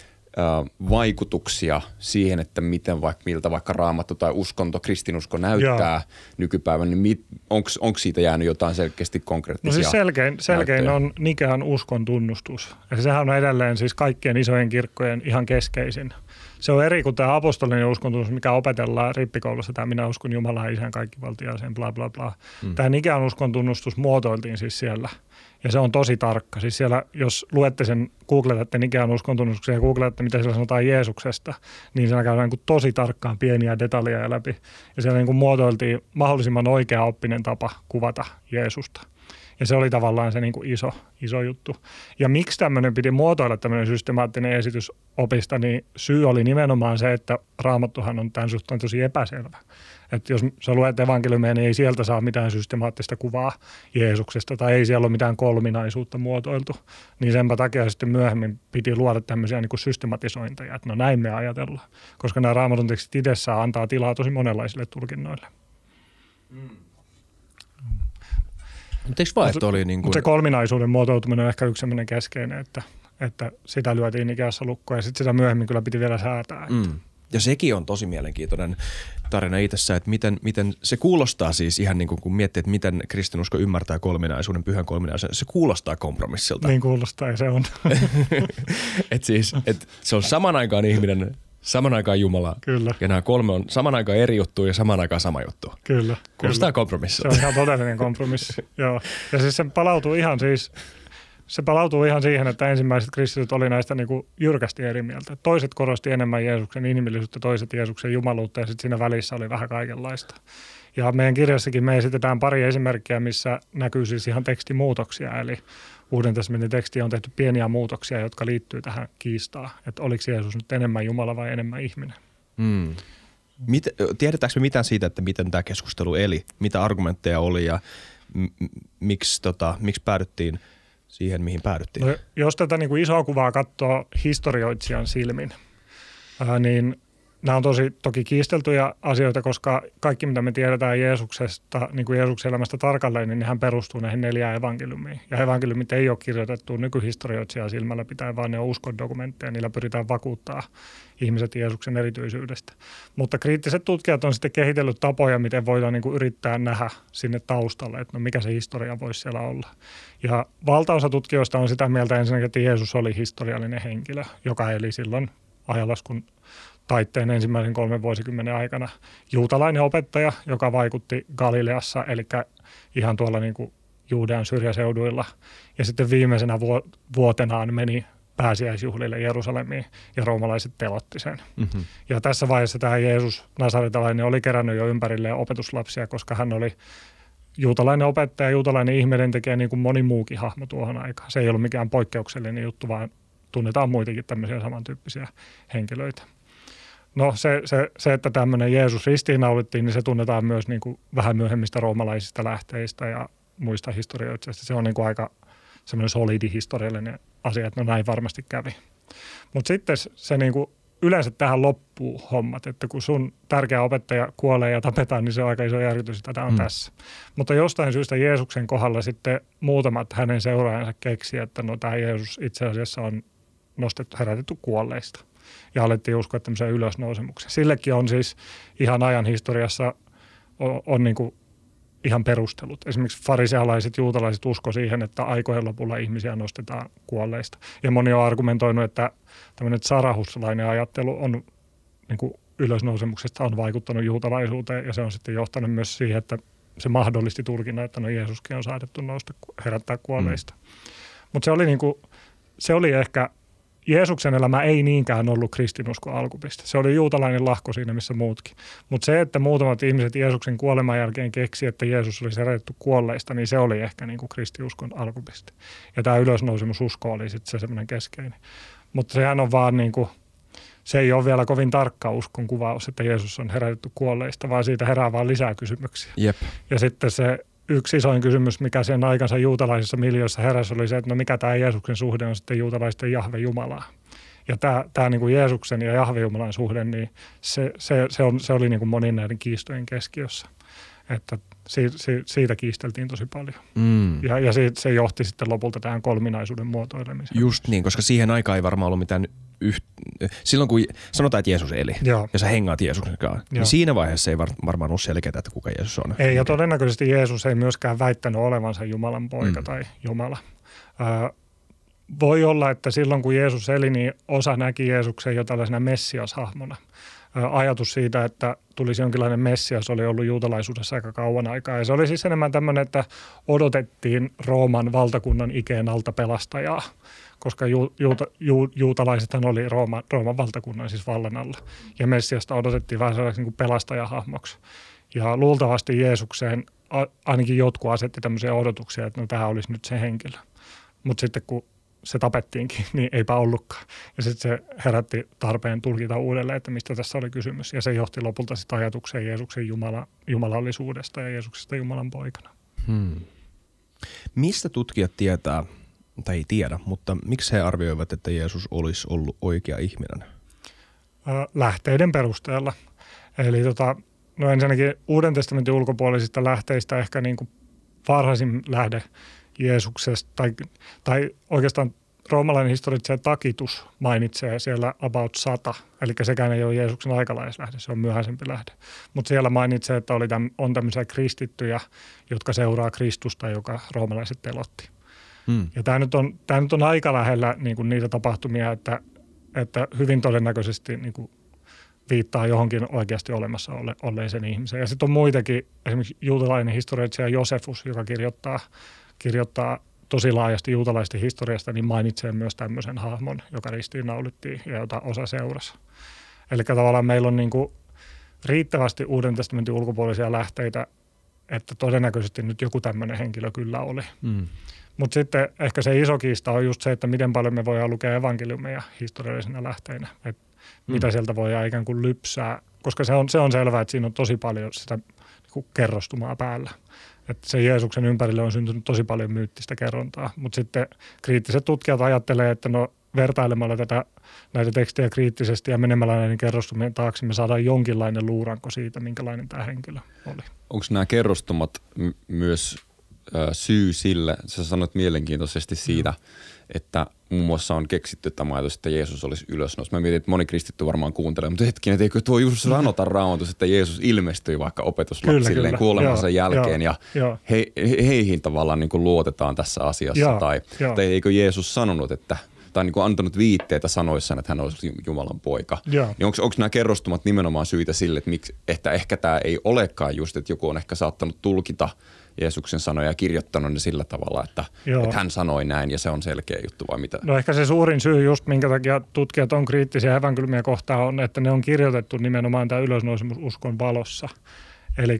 vaikutuksia siihen, että miten vaikka, miltä vaikka Raamattu tai uskonto, kristinusko näyttää Joo. nykypäivän, niin onko siitä jäänyt jotain selkeästi konkreettisia? No siis selkein, selkein on Nikean uskon tunnustus. Ja sehän on edelleen siis kaikkien isojen kirkkojen ihan keskeisin. Se on eri kuin tämä apostolinen uskontunnustus, mikä opetellaan rippikoulussa, tämä minä uskon Jumalaan, Isän, kaikkivaltiaiseen, bla bla bla. Mm. Tämä Nikean uskontunnustus muotoiltiin siis siellä. Ja se on tosi tarkka. Siis siellä, jos luette sen, googletatte Nikean uskontunnustuksen ja googletatte, mitä siellä sanotaan Jeesuksesta, niin siellä käydään niin tosi tarkkaan pieniä detaljeja läpi. Ja siellä niin kuin muotoiltiin mahdollisimman oikea-oppinen tapa kuvata Jeesusta. Ja se oli tavallaan se niin kuin iso, iso juttu. Ja miksi tämmöinen piti muotoilla tämmöinen systemaattinen esitys opista, niin syy oli nimenomaan se, että Raamattuhan on tämän suhteen tosi epäselvä. Että jos sä luet evankeliumia, niin ei sieltä saa mitään systemaattista kuvaa Jeesuksesta tai ei siellä ole mitään kolminaisuutta muotoiltu. Niin senpä takia sitten myöhemmin piti luoda tämmöisiä niin kuin systematisointeja, että no näin me ajatellaan. Koska nämä Raamatun tekstit itsessään antaa tilaa tosi monenlaisille tulkinnoille. Mm. Mutta eikö vaan, että oli niin kuin... se kolminaisuuden muotoutuminen on ehkä yksi sellainen keskeinen, että, että sitä lyötiin Nikeassa lukkoon ja sitten sitä myöhemmin kyllä piti vielä säätää. Mm. Ja sekin on tosi mielenkiintoinen tarina itsessään, että miten, miten se kuulostaa siis ihan niin kuin kun miettii, että miten kristinusko ymmärtää kolminaisuuden, pyhän kolminaisuuden, se kuulostaa kompromissilta. Niin kuulostaa ja se on. Että siis, et se on saman aikaan ihminen, saman aikaan Jumala. Kyllä. Ja nämä kolme on saman aikaan eri juttu ja saman aikaan sama juttu. Kyllä. Kuulostaa kompromissilta. Se on ihan todellinen kompromissi, joo. Ja siis se palautuu ihan siis se palautuu ihan siihen, että ensimmäiset kristityt oli näistä niin kuin jyrkästi eri mieltä. Toiset korosti enemmän Jeesuksen inhimillisyyttä, toiset Jeesuksen jumaluutta ja sitten siinä välissä oli vähän kaikenlaista. Ja meidän kirjassakin me esitetään pari esimerkkiä, missä näkyy siis ihan tekstimuutoksia, eli Uuden testamentin tekstiin on tehty pieniä muutoksia, jotka liittyy tähän kiistaan, että oliko Jeesus nyt enemmän Jumala vai enemmän ihminen. Hmm. Mit, tiedetäänkö me mitään siitä, että miten tämä keskustelu eli, mitä argumentteja oli ja m- miksi, tota, miksi päädyttiin siihen, mihin päädyttiin? No, jos tätä niin kuin isoa kuvaa katsoo historioitsijan silmin, ää, niin nämä on tosi toki kiisteltyjä asioita, koska kaikki mitä me tiedetään Jeesuksesta, niin kuin Jeesuksen elämästä tarkalleen, niin nehän perustuu näihin neljään evankeliumiin. Ja evankeliumit ei ole kirjoitettu nykyhistorioitsijan silmällä pitää, vaan ne on uskon dokumentteja. Niillä pyritään vakuuttaa ihmiset Jeesuksen erityisyydestä. Mutta kriittiset tutkijat on sitten kehitellyt tapoja, miten voidaan niin kuin yrittää nähdä sinne taustalle, että no mikä se historia voisi siellä olla. Ja valtaosa tutkijoista on sitä mieltä ensinnäkin, että Jeesus oli historiallinen henkilö, joka eli silloin ajanlaskun taitteen ensimmäisen kolmen vuosikymmenen aikana juutalainen opettaja, joka vaikutti Galileassa, eli ihan tuolla niin kuin Juudean syrjäseuduilla. Ja sitten viimeisenä vuotenaan meni pääsiäisjuhlille Jerusalemiin ja roomalaiset telotti sen. Mm-hmm. Ja tässä vaiheessa tämä Jeesus nasaretalainen oli kerännyt jo ympärilleen opetuslapsia, koska hän oli juutalainen opettaja, juutalainen ihmeidentekijä niin kuin moni muukin hahmo tuohon aikaan. Se ei ollut mikään poikkeuksellinen juttu, vaan tunnetaan muitakin tämmöisiä samantyyppisiä henkilöitä. No se, se, se että tämmöinen Jeesus ristiinnaulittiin, niin se tunnetaan myös niin kuin vähän myöhemmistä roomalaisista lähteistä ja muista historioitsijasta. Se on niin kuin aika semmoinen solidi historiallinen asia, että no näin varmasti kävi. Mutta sitten se niin kuin yleensä tähän loppuu hommat, että kun sun tärkeä opettaja kuolee ja tapetaan, niin se on aika iso järkytys, että tämä on mm. tässä. Mutta jostain syystä Jeesuksen kohdalla sitten muutamat hänen seuraajansa keksi, että no tämä Jeesus itse asiassa on nostettu, herätetty kuolleista. Ja alettiin uskoa tämmöiseen ylösnousemukseen. Sillekin on siis ihan ajan historiassa on, on niin kuin ihan perustelut. Esimerkiksi farisealaiset juutalaiset usko siihen, että aikojen lopulla ihmisiä nostetaan kuolleista. Ja moni on argumentoinut, että tämmöinen tsarahuslainen ajattelu on niin kuin ylösnousemuksesta on vaikuttanut juutalaisuuteen ja se on sitten johtanut myös siihen, että se mahdollisti tulkinnan, että no Jeesuskin on saatettu nousta, herättää kuolleista. Mm. Mutta se oli niin kuin, se oli ehkä Jeesuksen elämä ei niinkään ollut kristinuskon alkupiste. Se oli juutalainen lahko siinä, missä muutkin. Mutta se, että muutamat ihmiset Jeesuksen kuoleman jälkeen keksi, että Jeesus olisi herätetty kuolleista, niin se oli ehkä niin kuin kristiuskon alkupiste. Ja tämä ylösnousemususko oli sitten se semmoinen keskeinen. Mutta sehän on vaan niin kuin, se ei ole vielä kovin tarkka uskon kuvaus, että Jeesus on herätetty kuolleista, vaan siitä herää vaan lisää kysymyksiä. Jep. Ja sitten se yksi isoin kysymys, mikä sen aikansa juutalaisissa miljoissa heräsi, oli se, että no mikä tämä Jeesuksen suhde on sitten juutalaisten Jahve Jumalaa. Ja tämä, tämä niin kuin Jeesuksen ja Jahve Jumalan suhde, niin se, se, se, on, se oli niin kuin monin näiden kiistojen keskiössä. Että siitä, siitä kiisteltiin tosi paljon. Mm. Ja, ja siitä, se johti sitten lopulta tähän kolminaisuuden muotoilemiseen. Just niin, koska siihen aikaan ei varmaan ollut mitään yht... Silloin kun sanotaan, että Jeesus eli Joo. ja sä hengaat Jeesuksen kanssa, niin siinä vaiheessa ei var- varmaan ole selkeää, että kuka Jeesus on. Ei, ja todennäköisesti Jeesus ei myöskään väittänyt olevansa Jumalan poika mm. tai Jumala. Äh, voi olla, että silloin kun Jeesus eli, niin osa näki Jeesuksen jo tällaisena messiashahmona. Ajatus siitä, että tulisi jonkinlainen messias, oli ollut juutalaisuudessa aika kauan aikaa. Ja se oli siis enemmän tämmöinen, että odotettiin Rooman valtakunnan ikeen alta pelastajaa, koska ju, juuta, ju, juutalaisethan oli Rooma, Rooman valtakunnan siis vallan alla. Ja messiasta odotettiin vähän sellaisen niin kuin pelastajahahmoksi. Ja luultavasti Jeesukseen ainakin jotkut asetti tämmöisiä odotuksia, että no tämä olisi nyt se henkilö. Mutta sitten kun se tapettiinkin, niin eipä ollutkaan. Ja sitten se herätti tarpeen tulkita uudelleen, että mistä tässä oli kysymys. Ja se johti lopulta sitten ajatukseen Jeesuksen Jumala, jumalallisuudesta ja Jeesuksesta Jumalan poikana. Hmm. Mistä tutkijat tietää, tai ei tiedä, mutta miksi he arvioivat, että Jeesus olisi ollut oikea ihminen? Lähteiden perusteella. Eli tota, no ensinnäkin Uuden testamentin ulkopuolisista lähteistä ehkä niin kuin varhaisin lähde Jeesuksesta, tai, tai oikeastaan roomalainen historiallinen Takitus mainitsee siellä about sata, eli sekään ei ole Jeesuksen aikalaislähde, se on myöhäisempi lähde. Mutta siellä mainitsee, että oli täm, on tämmöisiä kristittyjä, jotka seuraa Kristusta, joka roomalaiset telotti. Hmm. Ja tämä nyt on, tämä nyt on aika lähellä niin kuin niitä tapahtumia, että, että hyvin todennäköisesti niin kuin viittaa johonkin oikeasti olemassa olle, olleeseen ihmiseen. Ja sitten on muitakin, esimerkiksi juutalainen historiallinen Josefus, joka kirjoittaa kirjoittaa tosi laajasti juutalaisten historiasta, niin mainitsee myös tämmöisen hahmon, joka ristiinnaulittiin ja jota osa seurasi. Eli tavallaan meillä on niin kuin riittävästi Uuden testamentin ulkopuolisia lähteitä, että todennäköisesti nyt joku tämmöinen henkilö kyllä oli. Mm. Mutta sitten ehkä se iso kiista on just se, että miten paljon me voidaan lukea evankeliumeja historiallisina lähteinä. Että mm. mitä sieltä voidaan ikään kuin lypsää, koska se on, se on selvää, että siinä on tosi paljon sitä niin kerrostumaa päällä. Että se Jeesuksen ympärille on syntynyt tosi paljon myyttistä kerrontaa, mutta sitten kriittiset tutkijat ajattelee, että no vertailemalla tätä, näitä tekstejä kriittisesti ja menemällä näiden kerrostumien taakse me saadaan jonkinlainen luuranko siitä, minkälainen tämä henkilö oli. Onko nämä kerrostumat m- myös ö, syy sille, sä sanoit mielenkiintoisesti siitä, mm. että muun muassa on keksitty tämä ajatus, että Jeesus olisi ylösnoussut. Mä mietin, että moni kristitty varmaan kuuntelee, mutta hetkinen, että eikö tuo just sanota Raamatus, että Jeesus ilmestyi vaikka opetuslapsilleen kuolemansa joo, jälkeen joo, ja joo. He, heihin tavallaan niin kuin luotetaan tässä asiassa. Joo, tai, tai eikö Jeesus sanonut, että tai niin kuin antanut viitteitä sanoissaan, että hän olisi Jumalan poika. Niin onko nämä kerrostumat nimenomaan syitä sille, että, miksi, että ehkä tämä ei olekaan just, että joku on ehkä saattanut tulkita Jeesuksen sanoja ja kirjoittanut ne sillä tavalla, että, että hän sanoi näin ja se on selkeä juttu vai mitä? No ehkä se suurin syy just, minkä takia tutkijat on kriittisiä evankeliumia kohtaan on, että ne on kirjoitettu nimenomaan tämän ylösnousemususkon valossa. Eli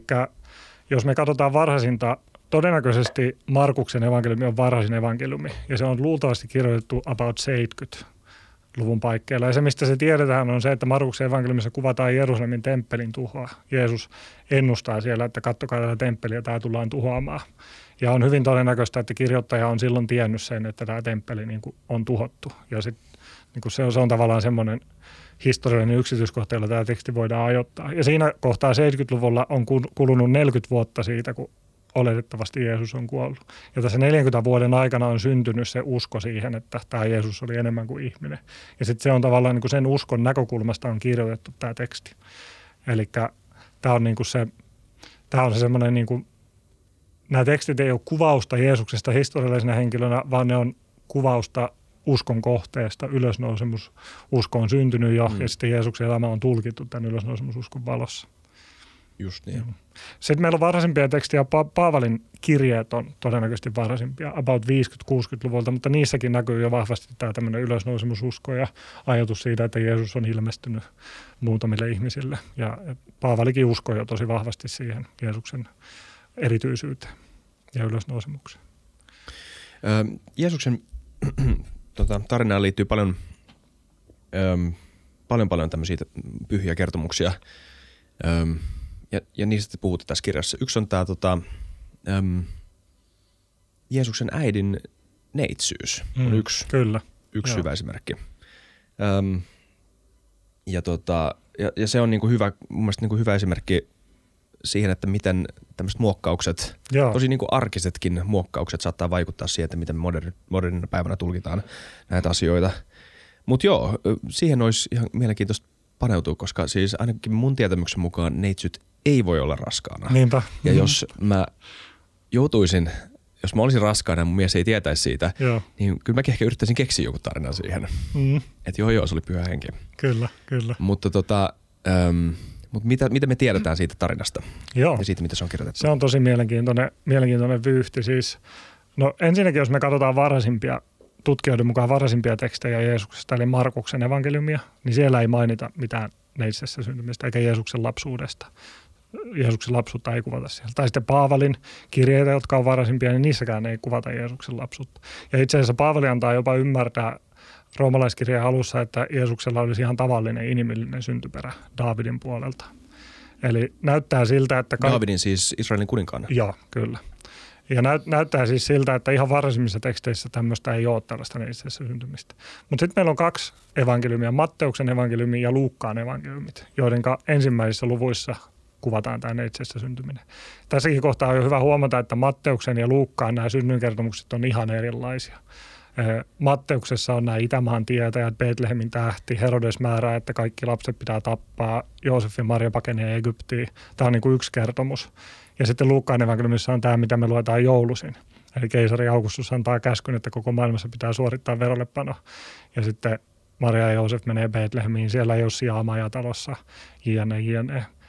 jos me katsotaan varhaisinta, todennäköisesti Markuksen evankeliumi on varhaisin evankeliumi ja se on luultavasti kirjoitettu about seitsemänkymmentäluvun paikkeilla. Ja se, mistä se tiedetään, on se, että Markuksen evankeliumissa kuvataan Jerusalemin temppelin tuhoa. Jeesus ennustaa siellä, että kattokaa tätä temppeliä, tämä tullaan tuhoamaan. Ja on hyvin todennäköistä, että kirjoittaja on silloin tiennyt sen, että tämä temppeli niin kuin on tuhottu. Ja sit, niin kuin se, on, se on tavallaan semmoinen historiallinen yksityiskohta, jolla tämä teksti voidaan ajoittaa. Ja siinä kohtaa seitsemänkymmentäluvulla on kulunut neljäkymmentä vuotta siitä, kun oletettavasti Jeesus on kuollut. Ja tässä neljänkymmenen vuoden aikana on syntynyt se usko siihen, että tämä Jeesus oli enemmän kuin ihminen. Ja sitten se on tavallaan niin kuin sen uskon näkökulmasta on kirjoitettu tämä teksti. Eli tämä on niin kuin se, tämä on se semmoinen, niin kuin, nämä tekstit ei ole kuvausta Jeesuksesta historiallisena henkilönä, vaan ne on kuvausta uskon kohteesta. Ylösnousemususko on syntynyt jo, mm. ja sitten Jeesuksen elämä on tulkittu tämän ylösnousemususkon valossa. Just niin. Sitten meillä on varhaisimpia tekstejä, pa- Paavalin kirjeet on todennäköisesti varhaisimpia, about viisikymmentä-kuusikymmentäluvulta, mutta niissäkin näkyy jo vahvasti tämä tämmöinen ylösnousemususko ja ajatus siitä, että Jeesus on ilmestynyt muutamille ihmisille. Ja Paavalikin uskoi jo tosi vahvasti siihen Jeesuksen erityisyyteen ja ylösnousemukseen. Ö, Jeesuksen tota, tarinaan liittyy paljon, ö, paljon, paljon tämmöisiä pyhiä kertomuksia. Ö, Ja, ja niistä puhutaan tässä kirjassa. Yksi on tämä tota, äm, Jeesuksen äidin neitsyys. Mm, on yksi, kyllä. yksi hyvä esimerkki. Äm, ja, tota, ja, ja se on niinku hyvä, mun mielestä niinku hyvä esimerkki siihen, että miten tämmöiset muokkaukset, Joo. tosi niinku arkisetkin muokkaukset saattaa vaikuttaa siihen, että miten moderni, modernina päivänä tulkitaan näitä asioita. Mutta joo, siihen olisi ihan mielenkiintoista paneutua, koska siis ainakin mun tietämyksen mukaan neitsyt ei voi olla raskaana. Niinpä. Ja mm-hmm. jos mä joutuisin, jos mä olisin raskaana ja mun mies ei tietäisi siitä, joo. niin kyllä mäkin ehkä yrittäisin keksiä joku tarina siihen. Mm. Että joo joo, se oli pyhä henki. Kyllä, kyllä. Mutta tota, ähm, mutta mitä, mitä me tiedetään siitä tarinasta joo. ja siitä, mitä se on kirjoitettu? Se on tosi mielenkiintoinen, mielenkiintoinen vyyhti. Siis, no ensinnäkin, jos me katsotaan varhaisimpia, tutkijoiden mukaan varhaisimpia tekstejä Jeesuksesta, eli Markuksen evankeliumia, niin siellä ei mainita mitään neitsessä syntymistä eikä Jeesuksen lapsuudesta. Jeesuksen lapsuutta ei kuvata siellä. Tai sitten Paavalin kirjeitä, jotka on varhaisimpia, niin niissäkään ei kuvata Jeesuksen lapsuutta. Ja itse asiassa Paavali antaa jopa ymmärtää roomalaiskirjeen alussa, että Jeesuksella olisi ihan tavallinen inhimillinen syntyperä Daavidin puolelta. Eli näyttää siltä, että... Ka- Daavidin siis Israelin kuninkaana? Joo, kyllä. Ja näyttää siis siltä, että ihan varhaisimmissa teksteissä tämmöistä ei ole tällaista neitsessä syntymistä. Mutta sitten meillä on kaksi evankeliumia, Matteuksen evankeliumi ja Luukkaan evankeliumit, joiden ensimmäisissä luvuissa kuvataan tämä neitsessä syntyminen. Tässäkin kohtaa on jo hyvä huomata, että Matteuksen ja Luukkaan nämä synnynkertomukset on ihan erilaisia. Matteuksessa on nämä Itämaan tietäjät, Betlehemin tähti, Herodes määrää, että kaikki lapset pitää tappaa, Joosef ja Maria pakenee Egyptiin. Tämä on niin kuin yksi kertomus. Ja sitten Luukkaan evankeliumissa on tämä, mitä me luetaan joulusin. Eli keisari Augustus antaa käskyn, että koko maailmassa pitää suorittaa verollepano. Ja sitten Maria ja Joosef menee Betlehemiin, siellä ei ole sijaa majatalossa, jne, jne.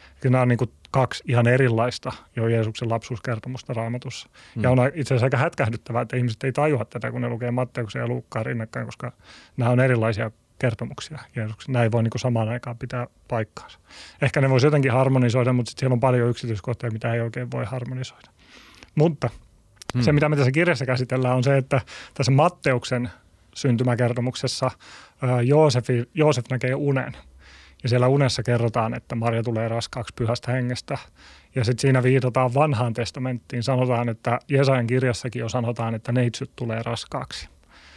Kyllä nämä on niin kuin kaksi ihan erilaista jo Jeesuksen lapsuuskertomusta Raamatussa. Mm. Ja on itse asiassa aika hätkähdyttävää, että ihmiset ei tajua tätä, kun ne lukee Matteuksen ja Luukkaan rinnakkain, koska nämä on erilaisia kertomuksia Jeesuksen. Nämä ei voi niin kuin samaan aikaan pitää paikkaansa. Ehkä ne voisi jotenkin harmonisoida, mutta sitten siellä on paljon yksityiskohtia, mitä ei oikein voi harmonisoida. Mutta hmm. se, mitä me tässä kirjassa käsitellään, on se, että tässä Matteuksen syntymäkertomuksessa ää, Joosefi, Joosef näkee unen. Ja siellä unessa kerrotaan, että Maria tulee raskaaksi Pyhästä Hengestä. Ja sitten siinä viitataan vanhaan testamenttiin. Sanotaan, että Jesajan kirjassakin jo sanotaan, että neitsyt tulee raskaaksi.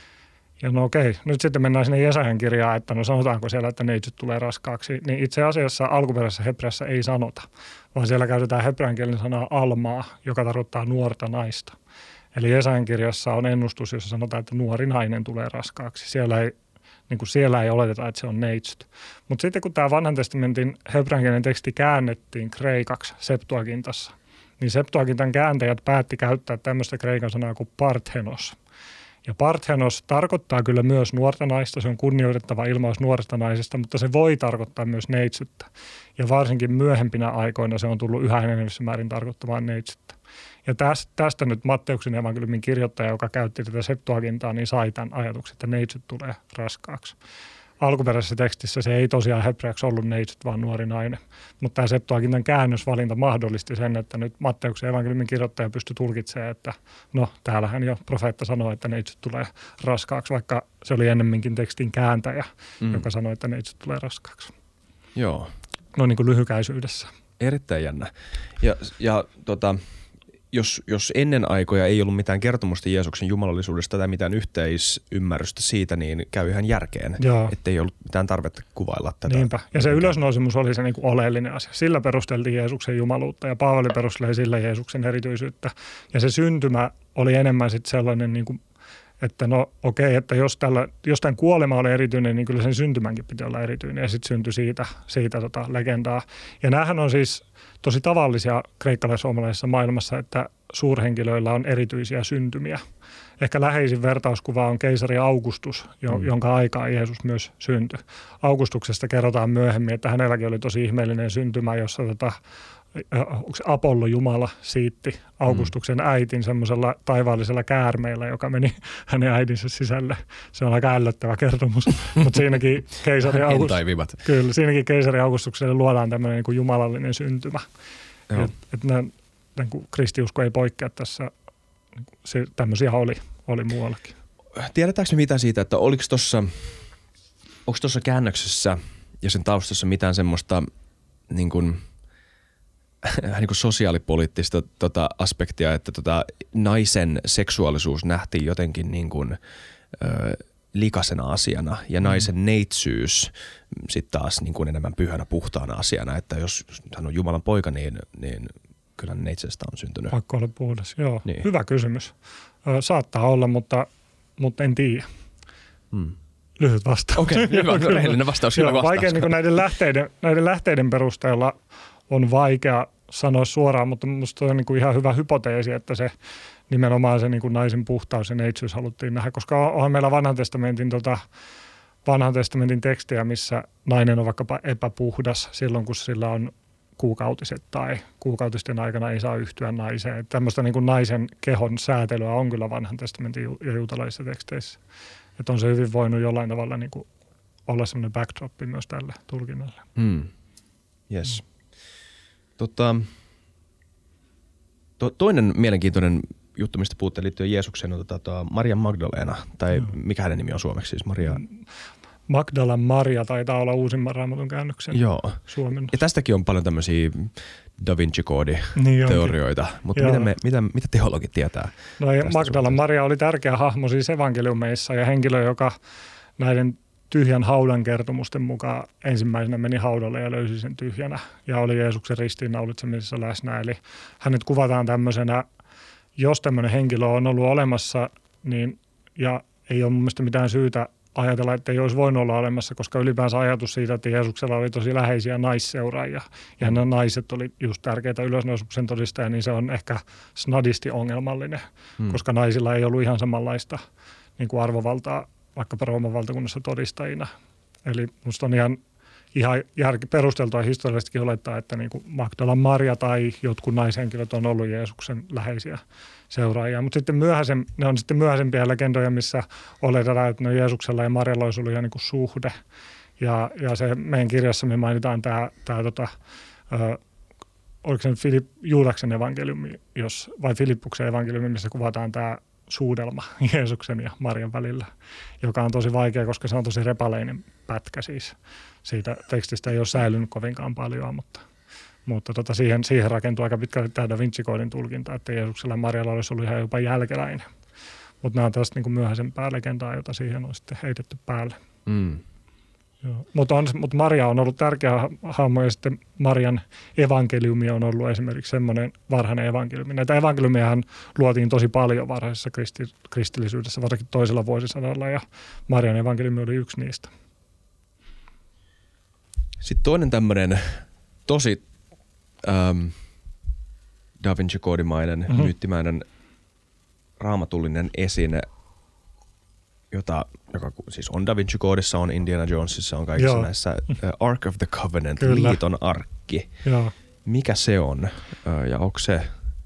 Ja no okei, nyt sitten mennään sinne Jesajan kirjaan, että no sanotaanko siellä, että neitsyt tulee raskaaksi. Niin itse asiassa alkuperäisessä hebreassa ei sanota, vaan siellä käytetään hebreankielinen sanaa almaa, joka tarkoittaa nuorta naista. Eli Jesajan kirjassa on ennustus, jossa sanotaan, että nuori nainen tulee raskaaksi. Siellä ei, niin kuin siellä ei oleteta, että se on neitsyt. Mutta sitten kun tämä vanhan testamentin hebreankielinen teksti käännettiin kreikaksi Septuagintassa, niin Septuagintan kääntäjät päätti käyttää tämmöistä kreikan sanaa kuin parthenos. Ja parthenos tarkoittaa kyllä myös nuorta naista, se on kunnioitettava ilmaus nuoresta naisesta, mutta se voi tarkoittaa myös neitsyttä. Ja varsinkin myöhempinä aikoina se on tullut yhä enenevissä määrin tarkoittamaan neitsyttä. Ja tästä, tästä nyt Matteuksen evankeliumin kirjoittaja, joka käytti tätä Septuagintaa, niin sai tämän ajatuksen, että neitsyt tulee raskaaksi. Alkuperäisessä tekstissä se ei tosiaan hebreaksi ollut neitsyt, vaan nuori nainen. Mutta tämä Septuagintan käännösvalinta mahdollisti sen, että nyt Matteuksen evankeliumin kirjoittaja pystyi tulkitsemaan, että no täällähän jo profeetta sanoi, että neitsyt tulee raskaaksi, vaikka se oli ennemminkin tekstin kääntäjä, mm. joka sanoi, että neitsyt tulee raskaaksi. Joo. No niin kuin lyhykäisyydessä. Erittäin jännä. Ja, ja tota... Jos, jos ennen aikoja ei ollut mitään kertomusta Jeesuksen jumalallisuudesta tai mitään yhteisymmärrystä siitä, niin käy ihan järkeen, että ei ollut mitään tarvetta kuvailla tätä. Niinpä. Ja se ylösnousemus oli se niin kuin oleellinen asia. Sillä perusteltiin Jeesuksen jumaluutta ja Paavali perusteli sillä Jeesuksen erityisyyttä. Ja se syntymä oli enemmän sitten sellainen, niin kuin, että no okei, okay, että jos, tällä, jos tämän kuolema oli erityinen, niin kyllä sen syntymänkin piti olla erityinen. Ja sitten syntyi siitä, siitä tota legendaa. Ja näähän on siis tosi tavallisia kreikkalais-suomalaisessa maailmassa, että suurhenkilöillä on erityisiä syntymiä. Ehkä läheisin vertauskuva on keisari Augustus, jo, mm. jonka aikaan Jeesus myös syntyi. Augustuksesta kerrotaan myöhemmin, että hänelläkin oli tosi ihmeellinen syntymä, jossa tota, Apollo Jumala siitti Augustuksen mm. äitin semmoisella taivaallisella käärmeellä, joka meni hänen äidinsä sisälle. Se on aika ällöttävä kertomus, mutta siinäkin keisari, August... Kyllä, siinäkin keisari Augustukselle luodaan tämmöinen niin kuin jumalallinen syntymä. Että et niin kristiusko ei poikkea tässä, se, tämmöisiä oli, oli muuallakin. Tiedetäänkö me mitään siitä, että oliko tuossa onko tuossa käännöksessä ja sen taustassa mitään semmoista niin kuin niin kuin sosiaalipoliittista tota aspektia, että tota naisen seksuaalisuus nähtiin jotenkin niin kuin, ö, likaisena asiana ja naisen mm. neitsyys sitten taas niin kuin enemmän pyhänä puhtaana asiana, että jos hän on Jumalan poika, niin, niin kyllä neitsestä on syntynyt. Pakko olla puhdas, joo. Niin. Hyvä kysymys. Ö, saattaa olla, mutta, mutta en tiedä. Hmm. Lyhyt vastaus. Okei, okay, hyvä, rehellinen vastaus, hyvä vastaus. Vaikea niin kuin näiden, lähteiden, näiden lähteiden perusteella on vaikea sanoa suoraan, mutta minusta on niin kuin ihan hyvä hypoteesi, että se nimenomaan se niin kuin naisen puhtaus ja neitsyys haluttiin nähdä, koska onhan meillä vanhan testamentin, tota, vanhan testamentin tekstiä, missä nainen on vaikkapa epäpuhdas silloin, kun sillä on kuukautiset tai kuukautisten aikana ei saa yhtyä naiseen. Että tämmöistä niin kuin naisen kehon säätelyä on kyllä vanhan testamentin ja juutalaisissa teksteissä. Että on se hyvin voinut jollain tavalla niin kuin olla semmoinen backdroppi myös tälle tulkinnalle. Mm. Yes. Mm. Tota, to, toinen mielenkiintoinen juttu, mistä puhutte liittyen Jeesukseen, on tota, Maria Magdalena, tai no. mikä hänen nimi on suomeksi siis, Maria? Magdalan Maria taitaa olla uusimman Raamatun käännöksen Joo. suomennos. Ja tästäkin on paljon tämmöisiä Da Vinci-koodi-teorioita, niin mutta mitä, me, mitä, mitä teologit tietää? No Magdalan Maria oli tärkeä hahmo siis evankeliumeissa ja henkilö, joka näiden tyhjän haudan kertomusten mukaan ensimmäisenä meni haudalle ja löysi sen tyhjänä ja oli Jeesuksen ristiinnaulitsemisessa läsnä. Eli hänet kuvataan tämmöisenä, jos tämmöinen henkilö on ollut olemassa, niin ja ei ole mun mielestä mitään syytä ajatella, että ei olisi voinut olla olemassa, koska ylipäänsä ajatus siitä, että Jeesuksella oli tosi läheisiä naisseuraajia ja nämä naiset oli just tärkeitä ylösnousemuksen todistajia, niin se on ehkä snadisti ongelmallinen, hmm. koska naisilla ei ollut ihan samanlaista niin kuin arvovaltaa vaikkapa Rooman valtakunnassa todistajina. Eli musta on ihan ihan järki, perusteltua historiallisestikin olettaa, että niin kuin Magdalan Maria tai jotkut naishenkilöt on ollut Jeesuksen läheisiä seuraajia. Mutta sitten myöhäisen, ne on sitten myöhäisempiä legendoja, missä oletetaan, että no Jeesuksella ja Marialla olisi ollut ihan niin kuin suhde. Ja, ja se meidän kirjassa me mainitaan tämä, tämä tota, ö, oliko se nyt Filip, Juudaksen evankeliumi, jos, vai Filippuksen evankeliumi, missä kuvataan tämä suudelma Jeesuksen ja Marian välillä, joka on tosi vaikea, koska se on tosi repaleinen pätkä siis. Siitä tekstistä ei ole säilynyt kovinkaan paljon, mutta, mutta tota siihen, siihen rakentuu aika pitkälti tämä Da Vinci-koodin tulkinta, että Jeesuksella ja Marialla olisi ollut ihan jopa jälkeläinen. Mutta nämä on tästä niin kuin myöhäisempää legendaa, jota siihen on sitten heitetty päälle. Mm. Mutta mut Maria on ollut tärkeä hahmo ja sitten Marian evankeliumi on ollut esimerkiksi semmoinen varhainen evankeliumi. Näitä evankeliumiahan luotiin tosi paljon varhaisessa kristi, kristillisyydessä, varsinkin toisella vuosisadalla ja Marian evankeliumi oli yksi niistä. Sitten toinen tämmöinen tosi ähm, Da Vinci-koodimainen, mm-hmm. myyttimäinen raamatullinen esine, jota, joka siis on Da Vinci-koodissa, on Indiana Jonesissa, on kaikissa Joo. näissä uh, Ark of the Covenant, Kyllä. liiton arkki. Joo. Mikä se on uh, ja onko se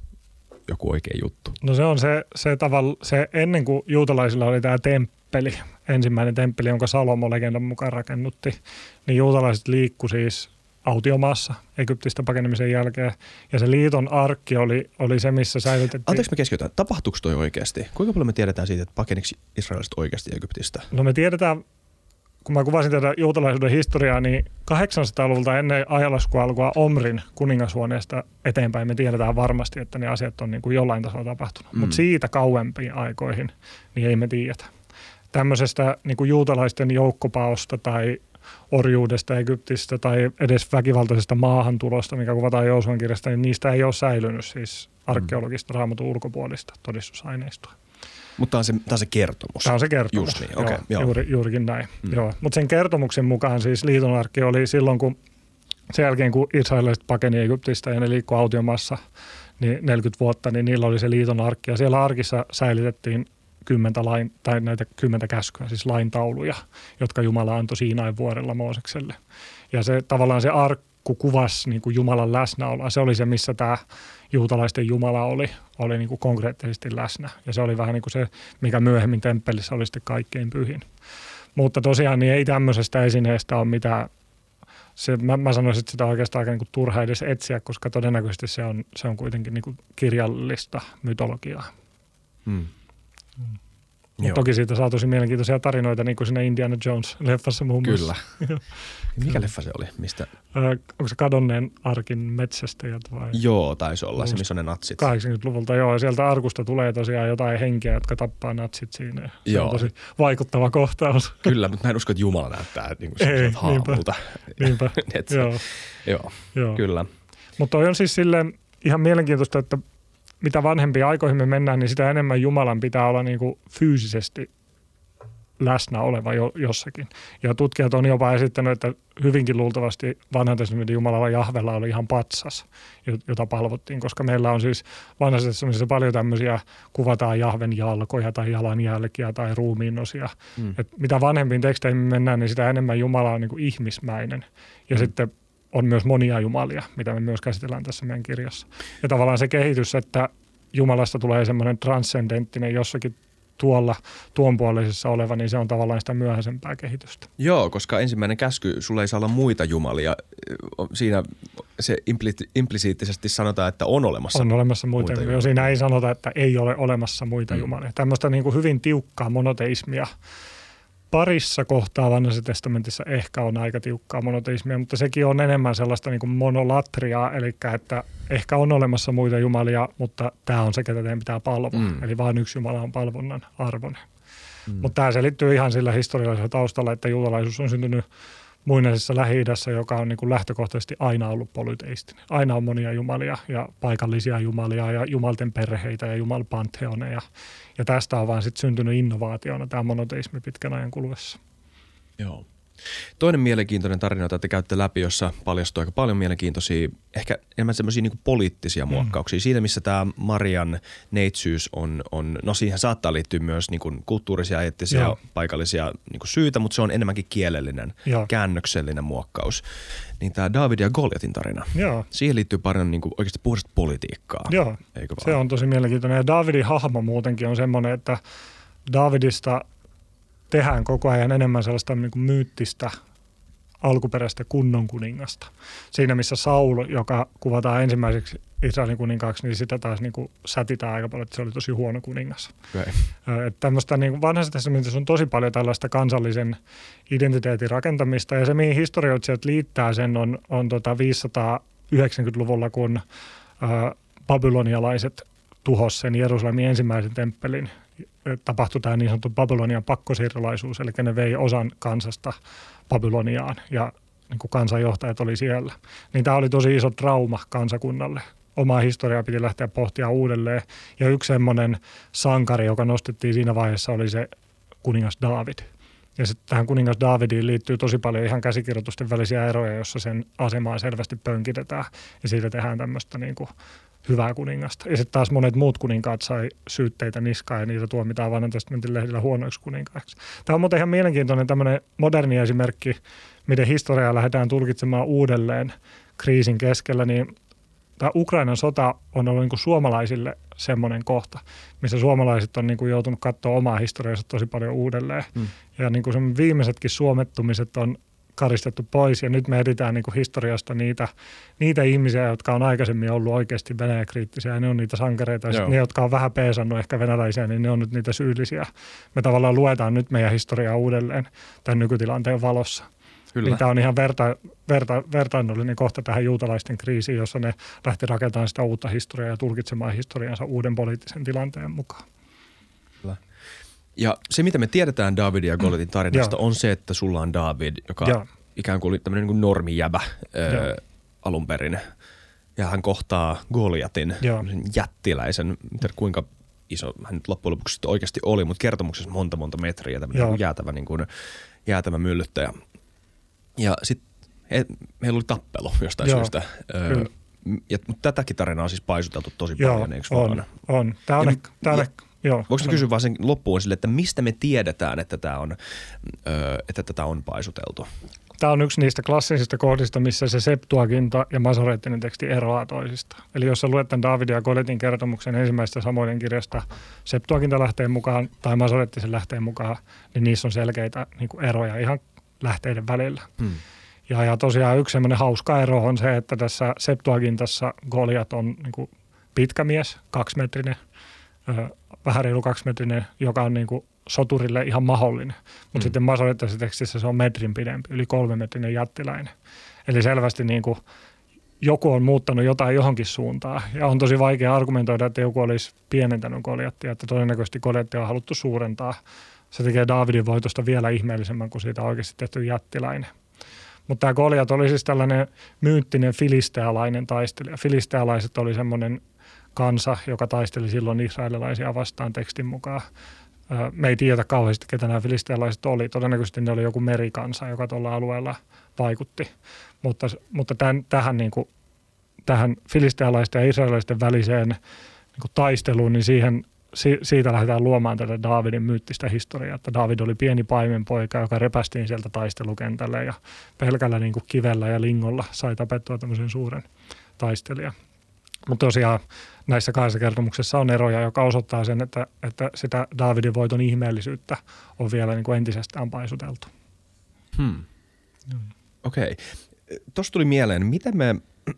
joku oikea juttu? No se on se, se, tavalla, se ennen kuin juutalaisilla oli tämä temppeli, ensimmäinen temppeli, jonka Salomo legendan mukaan rakennutti, niin juutalaiset liikkui siis autiomaassa Egyptistä pakenemisen jälkeen. Ja se liiton arkki oli, oli se, missä säilytettiin. Anteeksi me keskitytään. Tapahtuiko toi oikeasti? Kuinka paljon me tiedetään siitä, että pakeniko israelilaiset oikeasti Egyptistä? No me tiedetään, kun mä kuvasin tätä juutalaisuuden historiaa, niin kahdeksansataaluvulta ennen ajanlaskua alkua Omrin kuningashuoneesta eteenpäin me tiedetään varmasti, että ne asiat on niin kuin jollain tasolla tapahtunut. Mm. Mutta siitä kauempiin aikoihin niin ei me tiedetä. Tämmöisestä niin kuin juutalaisten joukkopaosta tai orjuudesta Egyptistä tai edes väkivaltaisesta maahantulosta, mikä kuvataan Joosuan kirjasta, niin niistä ei ole säilynyt siis arkeologista raamatun ulkopuolista todistusaineistoa. Mutta tämä on se, tämä on se kertomus. Tämä on se kertomus, Just niin. Okay, joo, joo. Juuri, juurikin näin. Mm. Mutta sen kertomuksen mukaan siis liiton arkki oli silloin, kun sen jälkeen kun israelilaiset pakeni Egyptistä ja ne liikkui autiomaassa niin neljäkymmentä vuotta, niin niillä oli se liiton arkki. Ja siellä arkissa säilytettiin kymmentä lain, tai näitä kymmentä käskyä, siis laintauluja, jotka Jumala antoi Siinain vuorella Moosekselle. Ja se tavallaan se arkku kuvasi niin kuin Jumalan läsnäoloa. Se oli se, missä tämä juutalaisten Jumala oli, oli niin kuin konkreettisesti läsnä. Ja se oli vähän niin kuin se, mikä myöhemmin temppelissä oli sitten kaikkein pyhin. Mutta tosiaan niin ei tämmöisestä esineestä ole mitään. Se, mä, mä sanoisin, että sitä on oikeastaan aika niin kuin turha edes etsiä, koska todennäköisesti se on, se on kuitenkin niin kuin kirjallista mytologiaa. Hmm. Mm. Toki siitä saa tosi mielenkiintoisia tarinoita, niin kuin siinä Indiana Jones-leffassa muun muassa. Kyllä. Mikä leffa se oli? Mistä? Öö, onko se Kadonneen arkin metsästäjät vai? Joo, taisi olla se, missä on ne natsit. kahdeksankymmentäluvulta, joo. Ja sieltä arkusta tulee tosiaan jotain henkeä, jotka tappaa natsit siinä. Se joo. on tosi vaikuttava kohtaus. Kyllä, mutta mä en usko, että Jumala näyttää niin kuin haamulta. Niinpä, joo. joo. Joo, kyllä. Mutta on siis silleen ihan mielenkiintoista, että mitä vanhempia aikoihin me mennään, niin sitä enemmän Jumalan pitää olla niin kuin fyysisesti läsnä oleva jo, jossakin. Ja tutkijat on jopa esittänyt, että hyvinkin luultavasti vanhan testamentin Jumalalla Jahvella oli ihan patsas, jota palvottiin, koska meillä on siis vanhassa testamentissa paljon tämmöisiä, kuvataan Jahven jalkoja tai jalanjälkiä tai ruumiinosia. Mm. Et mitä vanhempiin teksteihin me mennään, niin sitä enemmän Jumala on niin kuin ihmismäinen. Ja mm. sitten on myös monia jumalia, mitä me myös käsitellään tässä meidän kirjassa. Ja tavallaan se kehitys, että Jumalasta tulee semmoinen transcendenttinen jossakin tuolla tuonpuoleisessa oleva, niin se on tavallaan sitä myöhäisempää kehitystä. Joo, koska ensimmäinen käsky, sulla ei saa olla muita jumalia. Siinä se impli- implisiittisesti sanotaan, että on olemassa On olemassa muita, muita jumalia. Siinä ei sanota, että ei ole olemassa muita mm. jumalia. Tämmöistä niin kuin hyvin tiukkaa monoteismia. Parissa kohtaa vanhassa testamentissa ehkä on aika tiukkaa monoteismia, mutta sekin on enemmän sellaista niin kuin monolatriaa, eli että ehkä on olemassa muita jumalia, mutta tämä on se, ketä teidän pitää palvoa. Mm. Eli vain yksi Jumala on palvonnan arvoinen. Mm. Mutta tämä selittyy ihan sillä historiallisella taustalla, että juutalaisuus on syntynyt muinaisessa Lähi-idässä, joka on niin kuin lähtökohtaisesti aina ollut polyteistinen. Aina on monia jumalia ja paikallisia jumalia ja jumalten perheitä ja jumalpantheoneja. Ja tästä on vaan sitten syntynyt innovaationa tämä monoteismi pitkän ajan kuluessa. Joo. Toinen mielenkiintoinen tarina, jota te käytte läpi, jossa paljastuu aika paljon mielenkiintoisia, ehkä enemmän semmoisia niin poliittisia muokkauksia. Mm. Siinä, missä tämä Marian neitsyys on, on, no siihen saattaa liittyä myös niin kuin kulttuurisia, eettisiä, Joo. paikallisia niin kuin syitä, mutta se on enemmänkin kielellinen, Joo. käännöksellinen muokkaus. Niin tämä David ja Goljatin tarina, Joo. siihen liittyy paljon niin kuin oikeasti puhdasta politiikkaa. Joo, eikö vaan? Se on tosi mielenkiintoinen. Ja Davidin hahmo muutenkin on semmoinen, että Davidista tehdään koko ajan enemmän sellaista niin kuin myyttistä alkuperäistä kunnon kuningasta. Siinä missä Saul, joka kuvataan ensimmäiseksi Israelin kuninkaaksi, niin sitä taas niin kuin sätitään aika paljon, että se oli tosi huono kuningas. Okay. Että tämmöistä niin vanhassa testamentissa on tosi paljon tällaista kansallisen identiteetin rakentamista, ja se mihin historioitsijat liittää sen on, on tota viisisataayhdeksänkymmentäluvulla, kun ä, babylonialaiset tuhos sen Jerusalemin ensimmäisen temppelin. Tapahtui tämä niin sanottu Babylonian pakkosiirtolaisuus, eli ne vei osan kansasta Babyloniaan ja niin kuin kansanjohtajat oli siellä. Niin tämä oli tosi iso trauma kansakunnalle. Omaa historiaa piti lähteä pohtia uudelleen. Ja yksi semmoinen sankari, joka nostettiin siinä vaiheessa, oli se kuningas Daavid. Ja sitten tähän kuningas Daavidiin liittyy tosi paljon ihan käsikirjoitusten välisiä eroja, jossa sen asemaa selvästi pönkitetään. Ja siitä tehdään tämmöistä niin kuin hyvää kuningasta. Ja sitten taas monet muut kuninkaat sai syytteitä niskaan ja niitä tuomitaan Vanhan testamentin lehdillä huonoiksi kuninkaiksi. Tämä on muuten ihan mielenkiintoinen tämmöinen moderni esimerkki, miten historiaa lähdetään tulkitsemaan uudelleen kriisin keskellä. Niin tämä Ukrainan sota on ollut niin kuin suomalaisille semmoinen kohta, missä suomalaiset on niin kuin joutunut katsoa omaa historiansa tosi paljon uudelleen. Hmm. Ja niin kuin viimeisetkin suomettumiset on karistettu pois, ja nyt me etsitään niin kuin historiasta niitä, niitä ihmisiä, jotka on aikaisemmin ollut oikeasti Venäjä-kriittisiä, ja ne on niitä sankareita, ja ne, jotka on vähän peesannut ehkä venäläisiä, niin ne on nyt niitä syyllisiä. Me tavallaan luetaan nyt meidän historiaa uudelleen tämän nykytilanteen valossa. Kyllä. Niin tämä on ihan verta, verta, vertainnollinen kohta tähän juutalaisten kriisiin, jossa ne lähti rakentamaan sitä uutta historiaa ja tulkitsemaan historiansa uuden poliittisen tilanteen mukaan. Kyllä. Ja se, mitä me tiedetään Davidin ja Goljatin tarinasta, mm. on se, että sulla on David, joka ja. ikään kuin oli tämmöinen niin kuin normijäbä ää, alun perin. Ja hän kohtaa Goljatin, jättiläisen, tiedä kuinka iso hän nyt loppujen lopuksi oikeasti oli, mutta kertomuksessa monta monta metriä, tämmöinen niin jäätävä, niin kuin, jäätävä myllyttäjä. Ja sitten he, heillä oli tappelu jostain Joo, syystä. Öö, ja, mutta tätäkin tarinaa on siis paisuteltu tosi Joo, paljon, eikö on, vaan? on. Tämä on, ja, ehkä, tämä on ja, ehkä, Joo, voinko kysyä vaan sen loppuun sille, että mistä me tiedetään, että, tämä on, öö, että tätä on paisuteltu? Tämä on yksi niistä klassisista kohdista, missä se Septuaginta ja masoreettinen teksti eroaa toisista. Eli jos sä luet tämän Davidin ja Goljatin kertomuksen ensimmäisestä samoiden kirjasta Septuaginta lähteen mukaan tai masoreettisen lähteen mukaan, niin niissä on selkeitä niin kuin eroja ihan lähteiden välillä. Hmm. Ja, ja tosiaan yksi semmoinen hauska ero on se, että tässä Septuagintassa Goljat on niin kuin pitkä mies, kaksimetrinen, ö, vähän reilu kaksimetrinen, joka on niin kuin soturille ihan mahdollinen. Mutta hmm. sitten masoreettisessa tekstissä se on metrin pidempi, yli kolmemetrinen jättiläinen. Eli selvästi niin kuin joku on muuttanut jotain johonkin suuntaan. Ja on tosi vaikea argumentoida, että joku olisi pienentänyt Goljattia, että todennäköisesti Goljattia on haluttu suurentaa. Se tekee Davidin voitosta vielä ihmeellisemmän kuin siitä oikeasti tehty jättiläinen. Mutta tämä Goljat oli siis tällainen myyttinen filistealainen taistelija. Filistealaiset oli semmoinen kansa, joka taisteli silloin israelilaisia vastaan tekstin mukaan. Me ei tiedä kauheasti, ketä nämä filistealaiset oli. Todennäköisesti ne oli joku merikansa, joka tuolla alueella vaikutti. Mutta, mutta tämän, tähän, niin kuin, tähän filistealaisten ja israelilaisten väliseen niin kuin taisteluun, niin siihen siitä lähdetään luomaan tätä Davidin myyttistä historiaa, että David oli pieni paimenpoika, joka repästiin sieltä taistelukentälle ja pelkällä niin kuin kivellä ja lingolla sai tapettua tämmöisen suuren taistelijan. Mutta tosiaan näissä kahdessa kertomuksessa on eroja, joka osoittaa sen, että, että sitä Davidin voiton ihmeellisyyttä on vielä niin kuin entisestään paisuteltu. Hmm. Hmm. Okei. Okay. Tuossa tuli mieleen, miten me...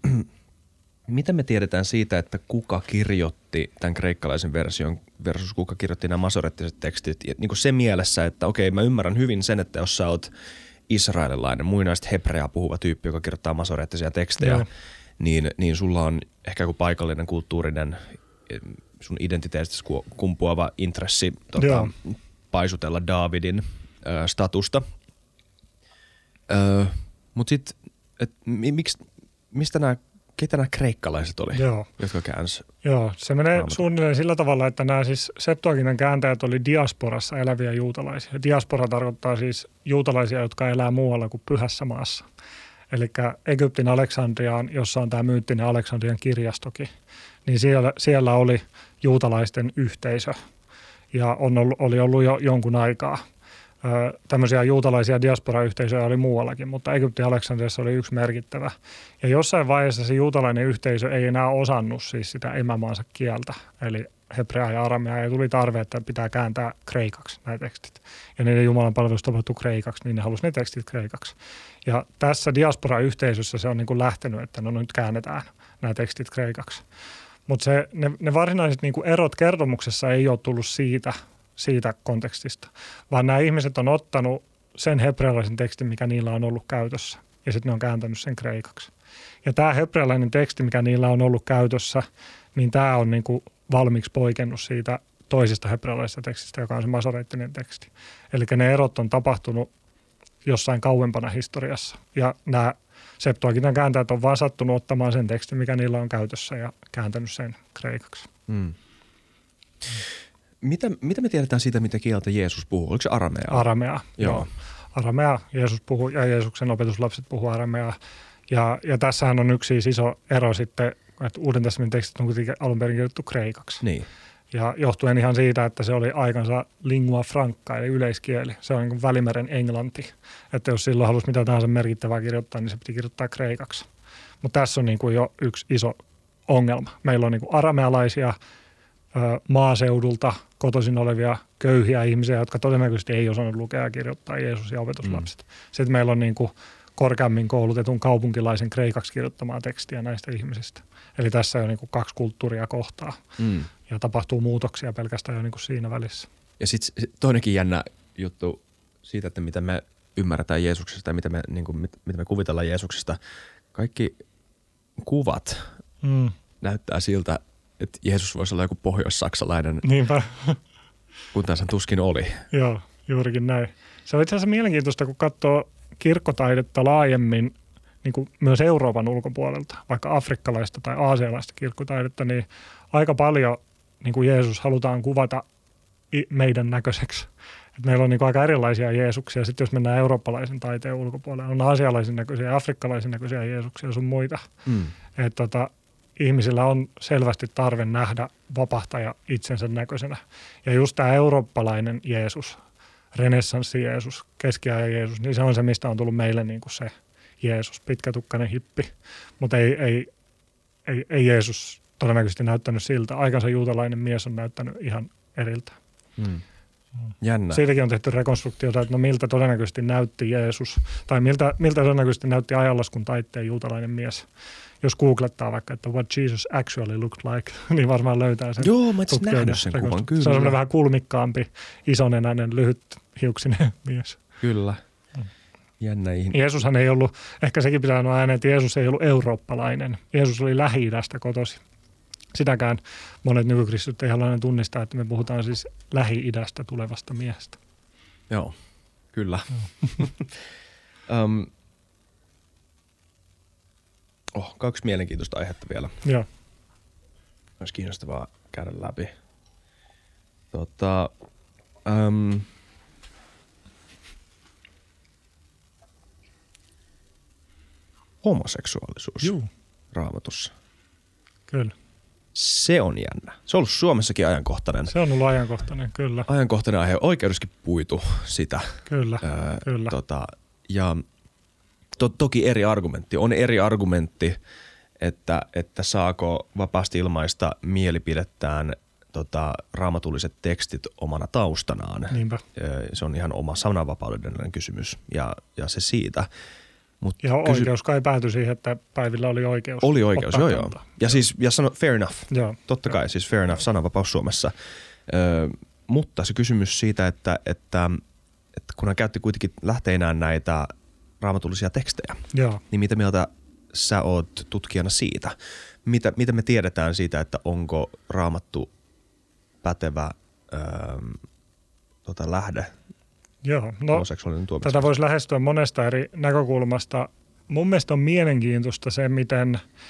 Mitä me tiedetään siitä, että kuka kirjoitti tämän kreikkalaisen version versus kuka kirjoitti nämä masorettiset tekstit? Ja niin kuin se mielessä, että okei, mä ymmärrän hyvin sen, että jos sä oot israelilainen, muinaista hebreaa puhuva tyyppi, joka kirjoittaa masorettisia tekstejä, niin, niin sulla on ehkä joku paikallinen kulttuurinen, sun identiteetistä kumpuava intressi tota, paisutella Davidin ö, statusta. Mutta sitten, miksi, mistä nämä ketä nämä kreikkalaiset oli, Joo. jotka käänsi? Joo, se menee Raamatun suunnilleen sillä tavalla, että nämä siis Septuagintan kääntäjät oli diasporassa eläviä juutalaisia. Diaspora tarkoittaa siis juutalaisia, jotka elää muualla kuin pyhässä maassa. Eli Egyptin Aleksandriaan, jossa on tämä myyttinen Aleksandrian kirjastokin, niin siellä, siellä oli juutalaisten yhteisö ja on ollut, oli ollut jo jonkun aikaa. Ö, tämmöisiä juutalaisia diasporayhteisöjä oli muuallakin, mutta Egyptin Aleksandriassa oli yksi merkittävä. Ja jossain vaiheessa se juutalainen yhteisö ei enää osannut siis sitä emämaansa kieltä, eli hebreaa ja arameaa, ja tuli tarve, että pitää kääntää kreikaksi nämä tekstit. Ja niiden Jumalan palvelus tapahtui kreikaksi, niin ne halusi ne tekstit kreikaksi. Ja tässä diaspora-yhteisössä se on niin kuin lähtenyt, että no nyt käännetään nämä tekstit kreikaksi. Mutta ne, ne varsinaiset niin kuin erot kertomuksessa ei ole tullut siitä, siitä kontekstista, vaan nämä ihmiset on ottanut sen hebrealaisen tekstin, mikä niillä on ollut käytössä, ja sitten ne on kääntänyt sen kreikaksi. Ja tämä hebrealainen teksti, mikä niillä on ollut käytössä, niin tämä on niin kuin valmiiksi poikennut siitä toisesta hebrealaisesta tekstistä, joka on se masoreettinen teksti. Eli ne erot on tapahtunut jossain kauempana historiassa, ja nämä Septuagintan kääntäjät on vaan sattunut ottamaan sen tekstin, mikä niillä on käytössä, ja kääntänyt sen kreikaksi. Hmm. Mitä, mitä me tiedetään siitä, mitä kieltä Jeesus puhuu? Oliko se arameaa? Arameaa, joo. joo. Arameaa. Jeesus puhuu, ja Jeesuksen opetuslapset puhuu arameaa. Ja, ja tässähän on yksi siis iso ero sitten, että Uuden testamentin tekstit on kuitenkin alun perin kirjoitettu kreikaksi. Niin. Ja johtuen ihan siitä, että se oli aikansa lingua franca, eli yleiskieli. Se on niin kuin Välimeren englanti. Että jos silloin halusi mitä tahansa merkittävää kirjoittaa, niin se piti kirjoittaa kreikaksi. Mutta tässä on niin kuin jo yksi iso ongelma. Meillä on niin kuin aramealaisia maaseudulta kotoisin olevia köyhiä ihmisiä, jotka todennäköisesti ei osannut lukea ja kirjoittaa Jeesus ja opetuslapset. Mm. Sitten meillä on niin kuin korkeammin koulutetun kaupunkilaisen kreikaksi kirjoittamaa tekstiä näistä ihmisistä. Eli tässä on niin kuin kaksi kulttuuria kohtaa mm. ja tapahtuu muutoksia pelkästään jo niin kuin siinä välissä. Ja sitten toinenkin jännä juttu siitä, että mitä me ymmärretään Jeesuksesta ja mitä me, niin kuin, mitä me kuvitellaan Jeesuksesta. Kaikki kuvat mm. näyttää siltä, että Jeesus voisi olla joku pohjois-saksalainen, niinpä, kun tässä tuskin oli. Joo, juurikin näin. Se on itse asiassa mielenkiintoista, kun katsoo kirkkotaidetta laajemmin niin kuin myös Euroopan ulkopuolelta, vaikka afrikkalaista tai aasialaista kirkkotaidetta, niin aika paljon niin kuin Jeesus halutaan kuvata meidän näköiseksi. Et meillä on niin kuin aika erilaisia Jeesuksia. Sitten jos mennään eurooppalaisen taiteen ulkopuolelle, on aasialaisen näköisiä ja afrikkalaisen näköisiä Jeesuksia sun muita. Mm. Että tota, ihmisillä on selvästi tarve nähdä vapahtaja itsensä näköisenä. Ja just tämä eurooppalainen Jeesus, renessanssi Jeesus, keskiajan Jeesus, niin se on se, mistä on tullut meille niin kuin se Jeesus, pitkätukkainen hippi. Mutta ei, ei, ei, ei Jeesus todennäköisesti näyttänyt siltä. Aikansa juutalainen mies on näyttänyt ihan eriltä. Hmm. Jännä. Siitäkin on tehty rekonstruktiota, että no miltä todennäköisesti näytti Jeesus, tai miltä, miltä todennäköisesti näytti ajanlaskun taitteen juutalainen mies. Jos googlettaa vaikka, että what Jesus actually looked like, niin varmaan löytää sen. Joo, mä itse nähnyt sen kuvan, kyllä. Se on semmoinen vähän kulmikkaampi, isonenäinen, lyhythiuksinen mies. Kyllä. Jännä ihminen. Jeesushan ei ollut, ehkä sekin pitää sanoa ääneen, että Jeesus ei ollut eurooppalainen. Jeesus oli Lähi-idästä kotoisin. Sitäkään monet nykykristityt ei halua tunnistaa, että me puhutaan siis Lähi-idästä tulevasta miehestä. Joo, kyllä. um, oh, kaksi mielenkiintoista aihetta vielä. Joo. Olisi kiinnostavaa käydä läpi. Tota, um, homoseksuaalisuus Juu. Raamatussa. Kyllä. Se on jännä. Se on ollut Suomessakin ajankohtainen. Se on ollut ajankohtainen, kyllä. Ajankohtainen aihe. Oikeudessakin puitu sitä. Kyllä, öö, kyllä. Tota, ja to, toki eri argumentti. On eri argumentti, että, että saako vapaasti ilmaista mielipidettään tota, raamatulliset tekstit omana taustanaan. Niinpä. Öö, se on ihan oma sananvapaudellinen kysymys ja, ja se siitä. Mut ja kysy- oikeus kai päätyi siihen, että Päivillä oli oikeus. Oli oikeus, joo joo. Ja siis, ja sano, fair enough. Joo, Totta joo. kai, siis fair enough, sananvapaus Suomessa. Ö, mutta se kysymys siitä, että, että, että kun hän käytti kuitenkin lähteinään näitä raamatullisia tekstejä, joo. niin mitä mieltä sä oot tutkijana siitä? Mitä, mitä me tiedetään siitä, että onko raamattu pätevä ö, tota, lähde? Joo, no tätä voisi lähestyä monesta eri näkökulmasta. Mun mielestä on mielenkiintoista se, miten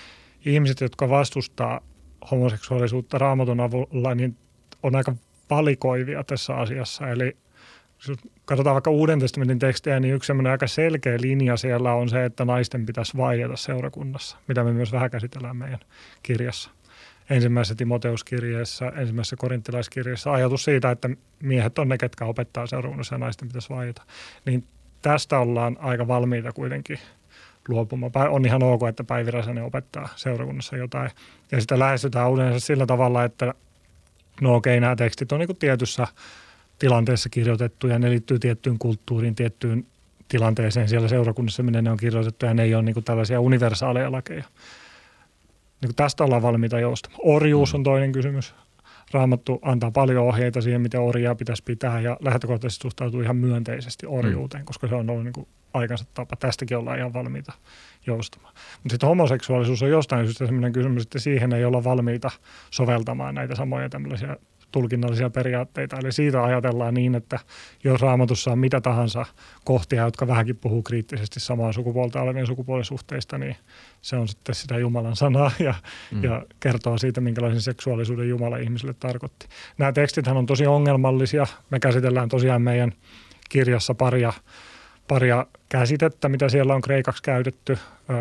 ihmiset, jotka vastustaa homoseksuaalisuutta Raamatun avulla, niin on aika valikoivia tässä asiassa. Eli jos katsotaan vaikka Uuden testamentin tekstejä, niin yksi sellainen aika selkeä linja siellä on se, että naisten pitäisi vaieta seurakunnassa, mitä me myös vähän käsitellään meidän kirjassa. Ensimmäisessä Timoteuskirjeessä, ensimmäisessä korinttilaiskirjeessä ajatus siitä, että miehet on ne, ketkä opettaa seurakunnassa ja naisten pitäisi vaieta. Niin tästä ollaan aika valmiita kuitenkin luopumaan. On ihan ok, että Päivi Räsänen opettaa seurakunnassa jotain. Ja sitä lähestytään yleensä sillä tavalla, että no okei, nämä tekstit on niin kuin tietyssä tilanteessa kirjoitettu ja ne liittyy tiettyyn kulttuuriin, tiettyyn tilanteeseen siellä seurakunnassa, minne ne on kirjoitettu ja ne ei ole niin kuin tällaisia universaaleja lakeja. Niin kuin tästä ollaan valmiita joustamaan. Orjuus on toinen kysymys. Raamattu antaa paljon ohjeita siihen, miten orjaa pitäisi pitää ja lähtökohtaisesti suhtautuu ihan myönteisesti orjuuteen, mm. koska se on ollut niin kuin aikansa tapa. Tästäkin ollaan ihan valmiita joustamaan. Mutta sitten homoseksuaalisuus on jostain syystä sellainen kysymys, että siihen ei olla valmiita soveltamaan näitä samoja tämmöisiä tulkinnallisia periaatteita. Eli siitä ajatellaan niin, että jos Raamatussa on mitä tahansa kohtia, jotka vähänkin puhuu kriittisesti samaa sukupuolta olevien sukupuolisuhteista, niin se on sitten sitä Jumalan sanaa ja, mm. ja kertoo siitä, minkälaisen seksuaalisuuden Jumala ihmisille tarkoitti. Nämä tekstithän on tosi ongelmallisia. Me käsitellään tosiaan meidän kirjassa paria, paria käsitettä, mitä siellä on kreikaksi käytetty,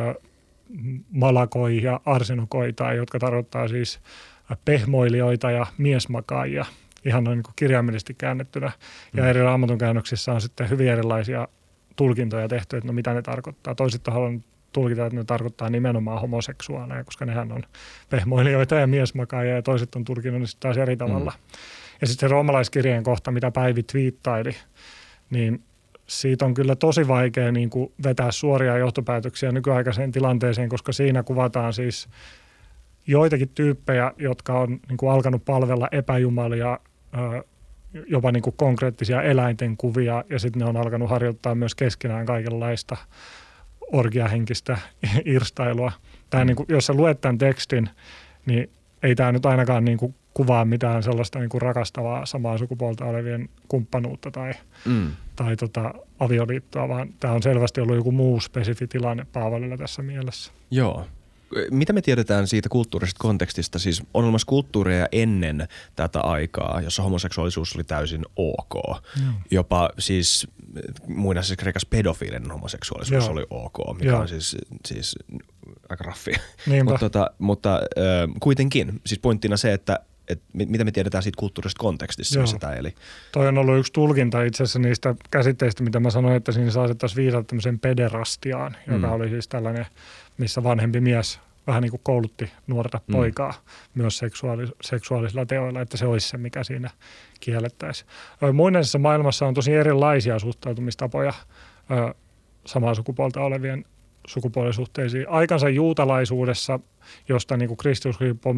malakoi ja arsenokoita, jotka tarkoittaa siis pehmoilijoita ja miesmakaajia, ihan noin niin kuin kirjaimellisesti käännettynä. Ja mm. eri Raamatun käännöksissä on sitten hyvin erilaisia tulkintoja tehty, että no mitä ne tarkoittaa. Toiset haluan tulkita, että ne tarkoittaa nimenomaan homoseksuaaleja, koska nehän on pehmoilijoita ja miesmakaajia, ja toiset on tulkinut ne taas eri tavalla. Mm. Ja sitten se roomalaiskirjeen kohta, mitä Päivi twiittaili, niin siitä on kyllä tosi vaikea niin kuin vetää suoria johtopäätöksiä nykyaikaiseen tilanteeseen, koska siinä kuvataan siis joitakin tyyppejä, jotka on niin kuin alkanut palvella epäjumalia, jopa niin kuin konkreettisia eläinten kuvia, ja sitten ne on alkanut harjoittaa myös keskenään kaikenlaista orgiahenkistä irstailua. Tämä, niin kuin, jos sä luet tämän tekstin, niin ei tämä nyt ainakaan niin kuin kuvaa mitään sellaista niin kuin rakastavaa samaa sukupuolta olevien kumppanuutta tai, mm. tai tota, avioliittoa, vaan tämä on selvästi ollut joku muu spesifi tilanne Paavalilla tässä mielessä. Joo. Mitä me tiedetään siitä kulttuurisesta kontekstista? Siis on olemassa kulttuureja ennen tätä aikaa, jossa homoseksuaalisuus oli täysin ok. Mm. Jopa siis muinaisessa Kreikassa pedofiilinen homoseksuaalisuus Joo. oli ok, mikä Joo. on siis, siis aika raffi. Mut, tota, mutta äh, kuitenkin, siis pointtina se, että et mitä me tiedetään siitä kulttuurisesta kontekstissa, missä tämä eli. Toi on ollut yksi tulkinta itse asiassa niistä käsitteistä, mitä mä sanoin, että siinä saatettaisiin viitata tämmöiseen pederastiaan, joka mm. oli siis tällainen, missä vanhempi mies vähän niin kuin koulutti nuorta mm. poikaa myös seksuaalis- seksuaalisilla teoilla, että se olisi se, mikä siinä kiellettäisiin. Muinaisessa maailmassa on tosi erilaisia suhtautumistapoja ö, samaa sukupuolta olevien sukupuolisuhteisiin. Aikansa juutalaisuudessa, josta niin kuin Kristus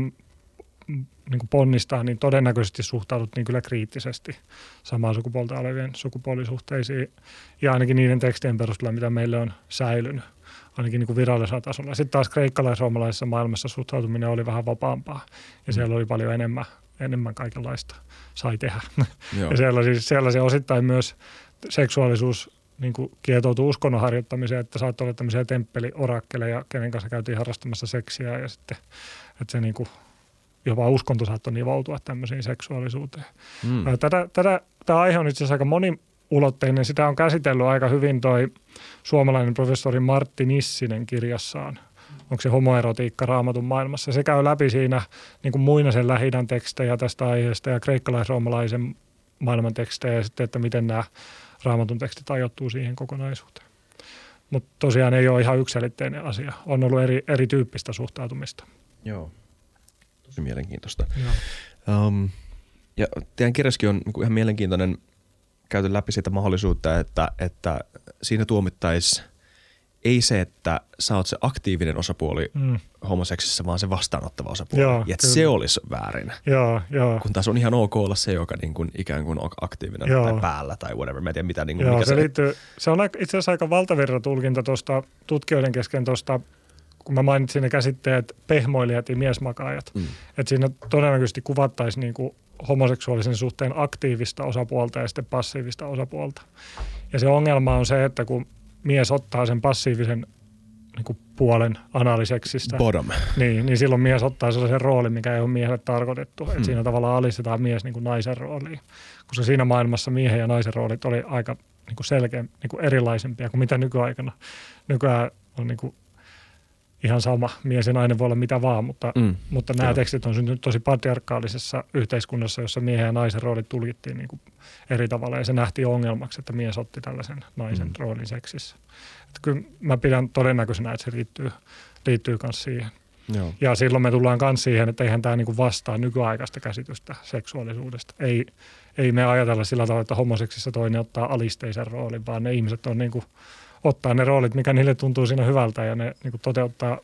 niin kuin ponnistaa, niin todennäköisesti suhtauduttiin kyllä kriittisesti samaa sukupuolta olevien sukupuolisuhteisiin ja ainakin niiden tekstien perusteella, mitä meille on säilynyt, ainakin niin kuin virallisella tasolla. Sitten taas kreikkalais-roomalaisessa maailmassa suhtautuminen oli vähän vapaampaa ja siellä oli paljon enemmän, enemmän kaikenlaista sai tehdä. Ja siellä, siis, siellä se osittain myös seksuaalisuus niin kuin kietoutuu uskonnon harjoittamiseen, että saattoi olla tämmöisiä temppeliorakkeleja, kenen kanssa käytiin harrastamassa seksiä ja sitten, että se niin kuin jopa uskonto saattoi nivoutua tämmöisiin seksuaalisuuteen. Mm. Tätä, tätä, tämä aihe on itse asiassa aika moniulotteinen. Sitä on käsitellyt aika hyvin toi suomalainen professori Martti Nissinen kirjassaan. Onko se homoerotiikka Raamatun maailmassa? Se käy läpi siinä niin kuin muinaisen Lähi-idän tekstejä tästä aiheesta ja kreikkalais-roomalaisen maailman tekstejä ja sitten, että miten nämä Raamatun tekstit ajoittuu siihen kokonaisuuteen. Mutta tosiaan ei ole ihan yksiselitteinen asia. On ollut eri, erityyppistä suhtautumista. Joo. Tosi mielenkiintoista. Um, ja teidän kirjassakin on ihan mielenkiintoinen käyty läpi sitä mahdollisuutta, että, että siinä tuomittaisi ei se, että sä oot se aktiivinen osapuoli mm. homoseksissä, vaan se vastaanottava osapuoli. Joo, ja että se olisi väärin. Joo, joo. Kun taas on ihan ok olla se, joka niin kuin ikään kuin on aktiivinen joo. tai päällä tai whatever. Mä en tiedä mitä. Niin kuin, joo, mikä se, se, liittyy, se on itse asiassa aika valtavirra tulkinta tuosta tutkijoiden kesken tuosta, kun mä mainitsin ne käsitteet pehmoilijat ja miesmakaajat. Mm. Että siinä todennäköisesti kuvattaisiin niin kuin homoseksuaalisen suhteen aktiivista osapuolta ja sitten passiivista osapuolta. Ja se ongelma on se, että kun mies ottaa sen passiivisen niin kuin puolen analiseksistä. Bottom. Niin, niin silloin mies ottaa sellaisen roolin, mikä ei ole miehelle tarkoitettu. Hmm. Että siinä tavallaan alistetaan mies niin kuin naisen rooliin. Koska siinä maailmassa miehen ja naisen roolit oli aika niin kuin selkeä, niin kuin erilaisempia kuin mitä nykyaikana. Nykyään on niin kuin ihan sama. Mies ja nainen voi olla mitä vaan, mutta, mm. mutta nämä Kyllä. tekstit on syntynyt tosi patriarkaalisessa yhteiskunnassa, jossa miehen ja naisen roolit tulkittiin niin kuin eri tavalla. Ja se nähtiin ongelmaksi, että mies otti tällaisen naisen mm. roolin seksissä. Että kyllä mä pidän todennäköisenä, että se liittyy, liittyy myös siihen. Joo. Ja silloin me tullaan myös siihen, että eihän tämä niin kuin vastaa nykyaikaista käsitystä seksuaalisuudesta. Ei, ei me ajatella sillä tavalla, että homoseksissä toinen ottaa alisteisen roolin, vaan ne ihmiset on niin kuin ottaa ne roolit, mikä niille tuntuu siinä hyvältä ja ne niin kuin toteuttaa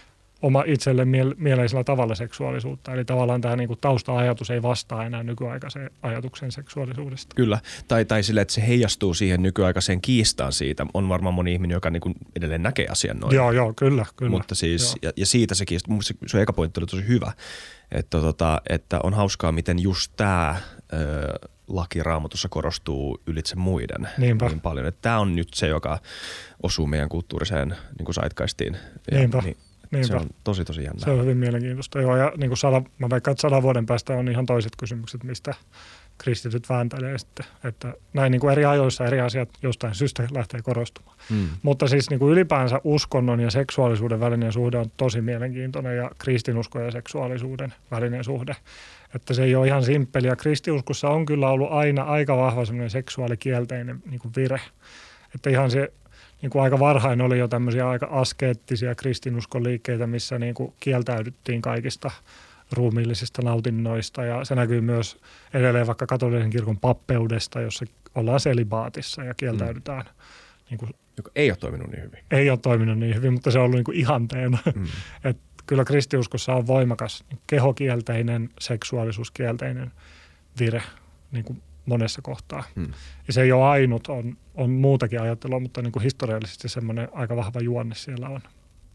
oma itselle mie- mieleisellä tavalla seksuaalisuutta. Eli tavallaan tämä niin kuin tausta-ajatus ei vastaa enää nykyaikaiseen ajatuksen seksuaalisuudesta. Kyllä, tai, tai sille, että se heijastuu siihen nykyaikaiseen kiistaan siitä. On varmaan moni ihminen, joka niin kuin edelleen näkee asian noin. Joo, joo, kyllä, kyllä. Mutta siis, ja, ja siitä se kiista, se, se eka pointti oli tosi hyvä, että, tota, että on hauskaa, miten just tämä ö, laki Raamatussa korostuu ylitse muiden Niinpä. niin paljon. Että tämä on nyt se, joka osuu meidän kulttuuriseen niin kuin zeitgeistiin. Ja, Niinpä. Niin, Niinpä. se on tosi, tosi jännä. Se on hyvin mielenkiintoista. Joo, ja niin kuin sada, mä veikkaan, että sadan vuoden päästä on ihan toiset kysymykset, mistä kristityt vääntäilee sitten. Että näin niin kuin eri ajoissa eri asiat jostain syystä lähtee korostumaan. Hmm. Mutta siis niin kuin ylipäänsä uskonnon ja seksuaalisuuden välinen suhde on tosi mielenkiintoinen ja kristinuskon ja seksuaalisuuden välinen suhde. Että se ei ole ihan simppeli. Ja kristiuskossa on kyllä ollut aina aika vahva semmoinen seksuaalikielteinen niin kuin vire. Että ihan se niin kuin aika varhain oli jo tämmöisiä aika askeettisia kristinuskon liikkeitä, missä niin kuin kieltäydyttiin kaikista ruumiillisista nautinnoista. Ja se näkyy myös edelleen vaikka katolisen kirkon pappeudesta, jossa ollaan selibaatissa ja kieltäydytään. Mm. Niin kuin, joka ei ole toiminut niin hyvin. Ei ole toiminut niin hyvin, mutta se on ollut niin kuin ihanteena. Mm. Et kyllä kristiuskossa on voimakas kehokielteinen, seksuaalisuuskielteinen vire niin kuin monessa kohtaa. Hmm. Ja se ei ole ainut, on, on muutakin ajattelua, mutta niin kuin historiallisesti semmoinen aika vahva juonne siellä on.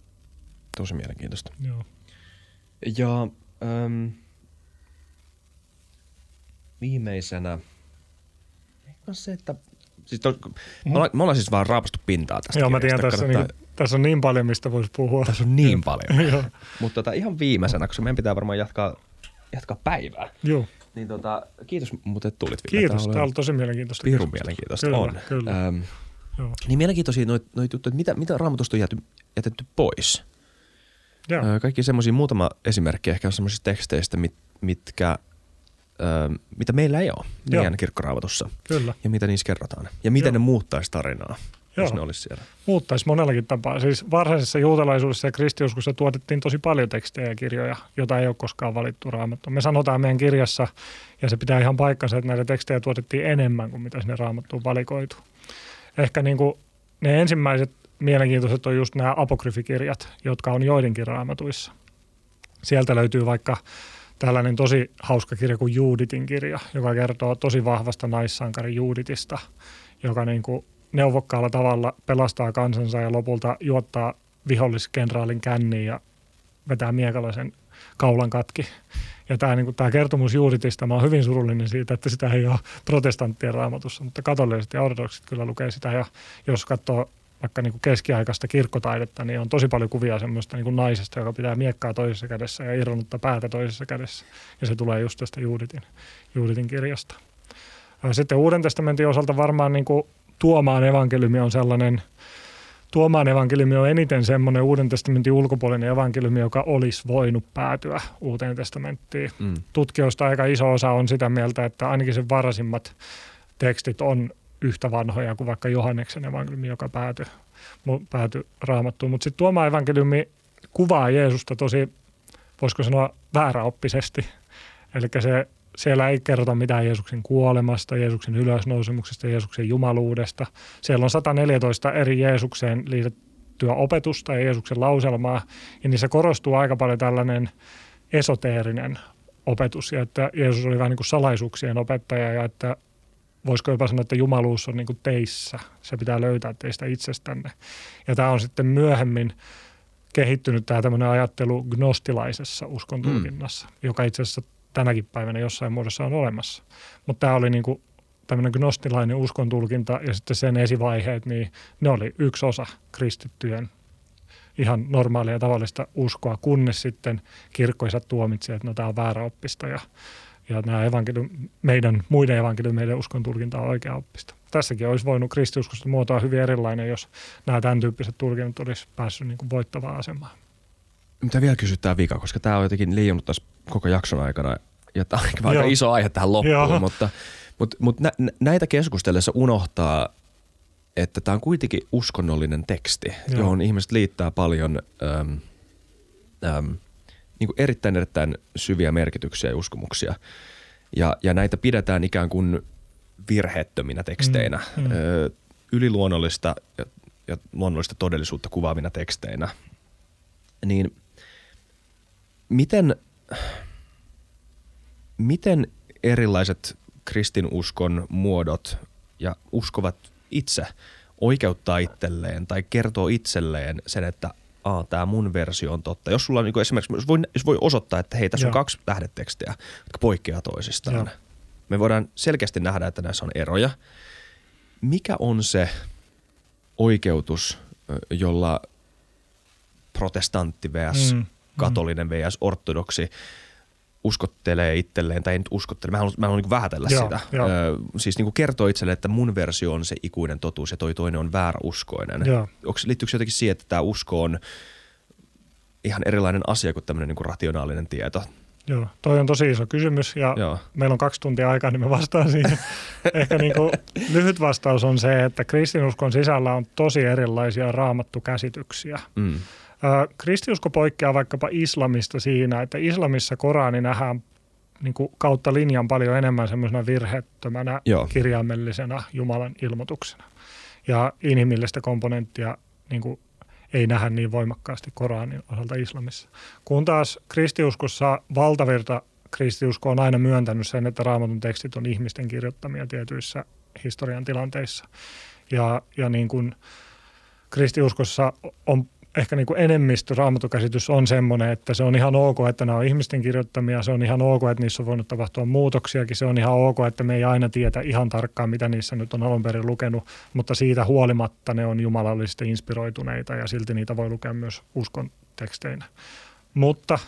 Tosi mielenkiintoista. Joo. Ja ähm, viimeisenä ehkä se, että siis to, hmm. me, ollaan, me ollaan siis vaan raapastu pintaa tästä. Joo, mä tiedän, tässä, kannattaa, niin, tässä on niin paljon, mistä voisi puhua. Tässä on niin paljon. Mutta tota, ihan viimeisenä, koska meidän pitää varmaan jatkaa, jatkaa päivää. Joo. Niin tota, kiitos muuten, että tulit. Kiitos, tämä on ollut tosi mielenkiintoista. Pirun mielenkiintoista kyllä, on. Kyllä. Ähm, Joo. Niin mielenkiintoisia noita noit juttuja, että mitä, mitä Raamatusta on jätetty, jätetty pois. Joo. Äh, kaikki semmoisia, muutama esimerkki ehkä on semmoisista teksteistä, mit, mitkä, äh, mitä meillä ei ole Joo. meidän kirkkoraamatussa. Kyllä. Ja mitä niissä kerrotaan. Ja miten Joo. ne muuttaisi tarinaa. Joo. Jos ne olisi siellä. Muuttaisi monellakin tapaa. Siis varhaisessa juutalaisuudessa ja kristiuskossa tuotettiin tosi paljon tekstejä ja kirjoja, joita ei ole koskaan valittu Raamattuun. Me sanotaan meidän kirjassa, ja se pitää ihan paikkansa, että näitä tekstejä tuotettiin enemmän kuin mitä sinne Raamattuun valikoitu. Ehkä niin kuin ne ensimmäiset mielenkiintoiset on just nämä apokryfikirjat, jotka on joidenkin raamatuissa. Sieltä löytyy vaikka tällainen tosi hauska kirja kuin Juuditin kirja, joka kertoo tosi vahvasta naissankari Juuditista, joka niin kuin neuvokkaalla tavalla pelastaa kansansa ja lopulta juottaa viholliskenraalin känniin ja vetää miekalla sen kaulan katki. Ja tämä, niin kuin, tämä kertomus Juuditista, mä oon hyvin surullinen siitä, että sitä ei ole protestanttien raamatussa, mutta katoliset ja ortodoksit kyllä lukee sitä. Ja jos katsoo vaikka niin kuin keskiaikaista kirkkotaidetta, niin on tosi paljon kuvia semmoista niin kuin naisesta, joka pitää miekkaa toisessa kädessä ja irronnutta päätä toisessa kädessä. Ja se tulee just tästä Juuditin, Juuditin kirjasta. Sitten Uuden testamentin osalta varmaan niin kuin Tuomaan evankeliumi on sellainen, Tuomaan evankeliumi on eniten semmoinen Uuden testamentin ulkopuolinen evankeliumi, joka olisi voinut päätyä Uuteen testamenttiin. Mm. Tutkijoista aika iso osa on sitä mieltä, että ainakin sen varhaisimmat tekstit on yhtä vanhoja kuin vaikka Johanneksen evankeliumi, joka päätyi, päätyi Raamattuun. Mutta sitten Tuomaan evankeliumi kuvaa Jeesusta tosi, voisiko sanoa, vääräoppisesti. Eli se Siellä ei kerrota mitään Jeesuksen kuolemasta, Jeesuksen ylösnousemuksesta, Jeesuksen jumaluudesta. Siellä on sata neljätoista eri Jeesukseen liitettyä opetusta ja Jeesuksen lauselmaa, ja niissä korostuu aika paljon tällainen esoteerinen opetus, ja että Jeesus oli vähän niin kuin salaisuuksien opettaja, ja että voisiko jopa sanoa, että jumaluus on niin kuin teissä. Se pitää löytää teistä itsestänne. Ja tämä on sitten myöhemmin kehittynyt tämä tämmöinen ajattelu gnostilaisessa uskontulkinnassa, mm. joka itse asiassa tänäkin päivänä jossain muodossa on olemassa. Mutta tämä oli niinku tämmöinen gnostilainen uskontulkinta ja sitten sen esivaiheet, niin ne oli yksi osa kristittyjen ihan normaalia ja tavallista uskoa, kunnes sitten kirkkoisat tuomitsee, että no tämä on väärä oppista ja, ja nämä evankelium, meidän muiden evankeliumien uskon tulkinta on oikea oppista. Tässäkin olisi voinut kristiuskosta muotoa hyvin erilainen, jos nämä tämän tyyppiset tulkinnat olisi päässyt niin kuin voittavaan asemaan. Mitä vielä kysytään vika, koska tämä on jotenkin liiannut tässä koko jakson aikana ja tämä on aika iso aihe tähän loppuun, Joo. mutta, mutta, mutta nä, näitä keskustellessa unohtaa, että tämä on kuitenkin uskonnollinen teksti, Joo. johon ihmiset liittää paljon äm, äm, niin kuin erittäin erittäin syviä merkityksiä ja uskomuksia ja, ja näitä pidetään ikään kuin virheettöminä teksteinä, mm, mm. Ö, yliluonnollista ja, ja luonnollista todellisuutta kuvaavina teksteinä, niin miten, miten erilaiset kristinuskon muodot ja uskovat itse oikeuttaa itselleen tai kertoo itselleen sen, että Aa, tämä mun versio on totta. Jos sulla on niin esimerkiksi, jos voi, jos voi osoittaa, että hei, tässä Joo. on kaksi lähdetekstiä, jotka poikkeaa toisistaan. Joo. Me voidaan selkeästi nähdä, että näissä on eroja. Mikä on se oikeutus, jolla protestantti vs. Mm, katolinen vs. ortodoksi uskottelee itselleen, tai ei nyt uskottele, mä haluan, mä haluan niin vähätellä Joo, sitä. Jo. Ö, siis niin kertoo itselle, että mun versio on se ikuinen totuus ja toi toinen on vääräuskoinen. Onko, liittyykö se jotenkin siihen, että tämä usko on ihan erilainen asia kuin tämmöinen niin rationaalinen tieto? Joo, toi on tosi iso kysymys ja Joo. meillä on kaksi tuntia aikaa, niin me vastaan siihen. Ehkä niin kuin lyhyt vastaus on se, että kristinuskon sisällä on tosi erilaisia raamattukäsityksiä. Mm. Kristiusko poikkeaa vaikkapa islamista siinä, että islamissa Korani nähdään niin kuin kautta linjan paljon enemmän semmoisena virheettömänä Joo. kirjaimellisena Jumalan ilmoituksena. Ja inhimillistä komponenttia niin kuin ei nähdä niin voimakkaasti Koranin osalta islamissa. Kun taas kristiuskossa valtavirta kristiusko on aina myöntänyt sen, että Raamatun tekstit on ihmisten kirjoittamia tietyissä historian tilanteissa. Ja, ja niin kuin kristiuskossa on ehkä niin kuin enemmistö raamatukäsitys on semmoinen, että se on ihan ok, että nämä on ihmisten kirjoittamia, se on ihan ok, että niissä on voinut tapahtua muutoksiakin, se on ihan ok, että me ei aina tiedä ihan tarkkaan, mitä niissä nyt on alun perin lukenut, mutta siitä huolimatta ne on jumalallisesti inspiroituneita ja silti niitä voi lukea myös uskon teksteinä. Mutta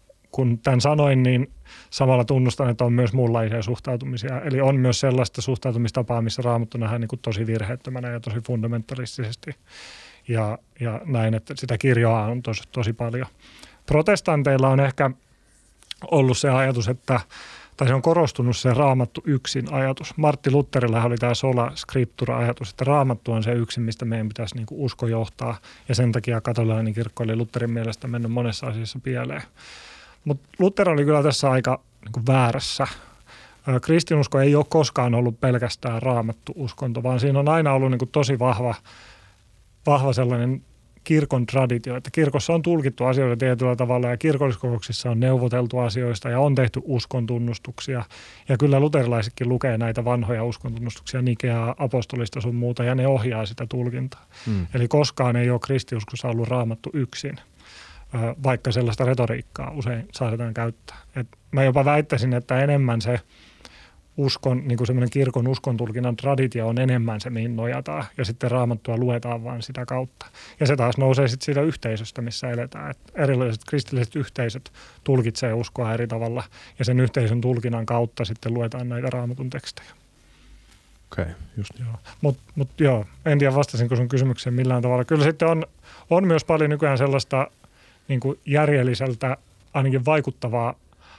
kun tämän sanoin, niin samalla tunnustan, että on myös muunlaisia suhtautumisia. Eli on myös sellaista suhtautumistapaa, missä Raamattu nähdään niin kuin tosi virheettömänä ja tosi fundamentalistisesti. Ja, ja näin, että sitä kirjoa on tosi, tosi paljon. Protestanteilla on ehkä ollut se ajatus, että, tai se on korostunut se Raamattu yksin ajatus. Martti Lutherilla oli tämä sola scriptura-ajatus, että Raamattu on se yksin, mistä meidän pitäisi niin kuin usko johtaa. Ja sen takia katolilainen kirkko oli Lutherin mielestä mennyt monessa asiassa pieleen. Mutta Luther oli kyllä tässä aika niin kuin väärässä. Kristinusko ei ole koskaan ollut pelkästään Raamattu-uskonto, vaan siinä on aina ollut niin kuin tosi vahva vahva sellainen kirkon traditio, että kirkossa on tulkittu asioita tietyllä tavalla ja kirkolliskokouksissa on neuvoteltu asioista ja on tehty uskontunnustuksia. Ja kyllä luterilaisetkin lukee näitä vanhoja uskontunnustuksia, Nikeaa, apostolista sun muuta, ja ne ohjaa sitä tulkintaa. Hmm. Eli koskaan ei ole kristiuskossa ollut Raamattu yksin, vaikka sellaista retoriikkaa usein saadaan käyttää. Et mä jopa väittäisin, että enemmän se uskon, niin kuin semmoinen kirkon uskontulkinnan traditio on enemmän se, mihin nojataan, ja sitten Raamattua luetaan vaan sitä kautta. Ja se taas nousee sitten siitä yhteisöstä, missä eletään. Et erilaiset kristilliset yhteisöt tulkitsee uskoa eri tavalla, ja sen yhteisön tulkinnan kautta sitten luetaan näitä Raamatun tekstejä. Okei, okay, just. Mutta mut joo, en tiedä vastasinko sun kysymykseen millään tavalla. Kyllä sitten on, on myös paljon nykyään sellaista niin kuin järjelliseltä, ainakin vaikuttavaa,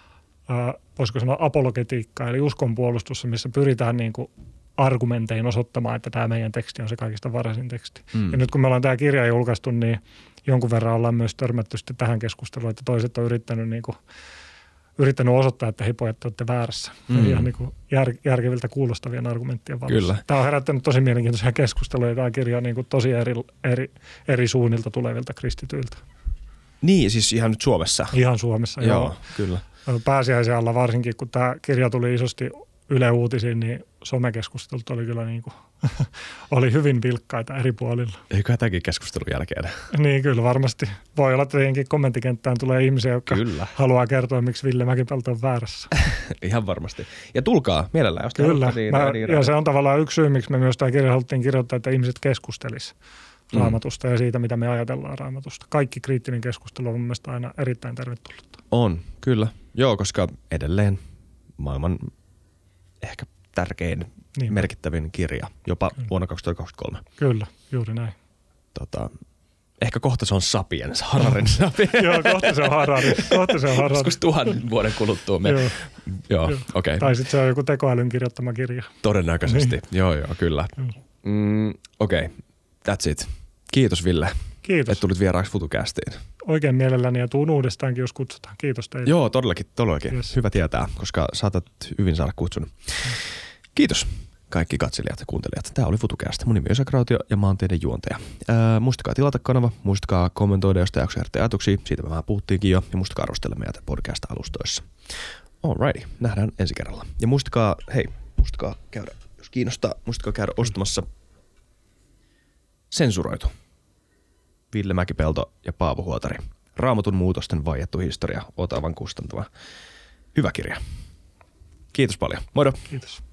voisiko sanoa apologetiikkaa, eli uskonpuolustusta, missä pyritään niin kuin argumentein osoittamaan, että tämä meidän teksti on se kaikista varhaisin teksti. Mm. Ja nyt kun me ollaan tämä kirja julkaistu, niin jonkun verran ollaan myös törmätty sitten tähän keskusteluun, että toiset on yrittänyt, niin kuin, yrittänyt osoittaa, että hei pojat, te olette väärässä. Mm. Ihan niin kuin jär, järkeviltä kuulostavien argumenttien valossa. Kyllä. Tämä on herättänyt tosi mielenkiintoisia keskusteluja, tämä kirja on niin kuin tosi eri, eri, eri suunnilta tulevilta kristityiltä. Niin, siis ihan nyt Suomessa? Ihan Suomessa, joo. joo. Kyllä. Pääsiäisen alla varsinkin, kun tämä kirja tuli isosti Yle Uutisiin, niin somekeskustelut oli kyllä niin kuin, oli hyvin vilkkaita eri puolilla. Eiköhän tämänkin keskustelun jälkeen? Niin, kyllä varmasti. Voi olla, että teidänkin kommenttikenttään tulee ihmisiä, jotka kyllä. haluaa kertoa, miksi Ville Mäkipelto on väärässä. Ihan varmasti. Ja tulkaa mielellään, jos kyllä. Niin, Mä, niin ja se on tavallaan yksi syy, miksi me myös tämä kirja haluttiin kirjoittaa, että ihmiset keskustelisivat. Raamatusta mm. ja siitä, mitä me ajatellaan Raamatusta. Kaikki kriittinen keskustelu on mun mielestä aina erittäin tervetullutta. On, kyllä. Joo, koska edelleen maailman ehkä tärkein, niin. merkittävin kirja, jopa kyllä. vuonna kaksituhattakaksikymmentäkolme. Kyllä, juuri näin. Tota, ehkä kohta se on Sapiens, Hararin Sapiens. Joo, kohta se on Harari. Kohta se on Harari. Joskus tuhannen vuoden kuluttua me. Joo, joo okei. Okay. Tai sitten se on joku tekoälyn kirjoittama kirja. Todennäköisesti, niin. joo joo, kyllä. Mm, okei, okay. That's it. Kiitos Ville. Kiitos. Että tulit vieraaksi FutuCastiin. Oikein mielelläni ja tuun uudestaankin, jos kutsutaan. Kiitos teille. Joo, todellakin, todellakin. Yes. Hyvä tietää, koska saatat hyvin saada kutsun. Kiitos kaikki katselijat ja kuuntelijat. Tämä oli FutuCast. Mun nimi on Esa Krautio ja mä oon teidän juontaja. Ää, muistakaa tilata kanava, muistakaa kommentoida, jos te jakso herättää ajatuksia. Siitä me vähän puhuttiinkin jo. Ja muistakaa arvostella meitä podcast-alustoissa. Alrighty, nähdään ensi kerralla. Ja muistakaa, hei, muistakaa käydä, jos kiinnostaa, muistakaa käydä ostamassa Sensuroitu. Ville Mäkipelto ja Paavo Huotari. Raamatun muutosten vaiettu historia, Otavan kustantava. Hyvä kirja. Kiitos paljon. Moido. Kiitos.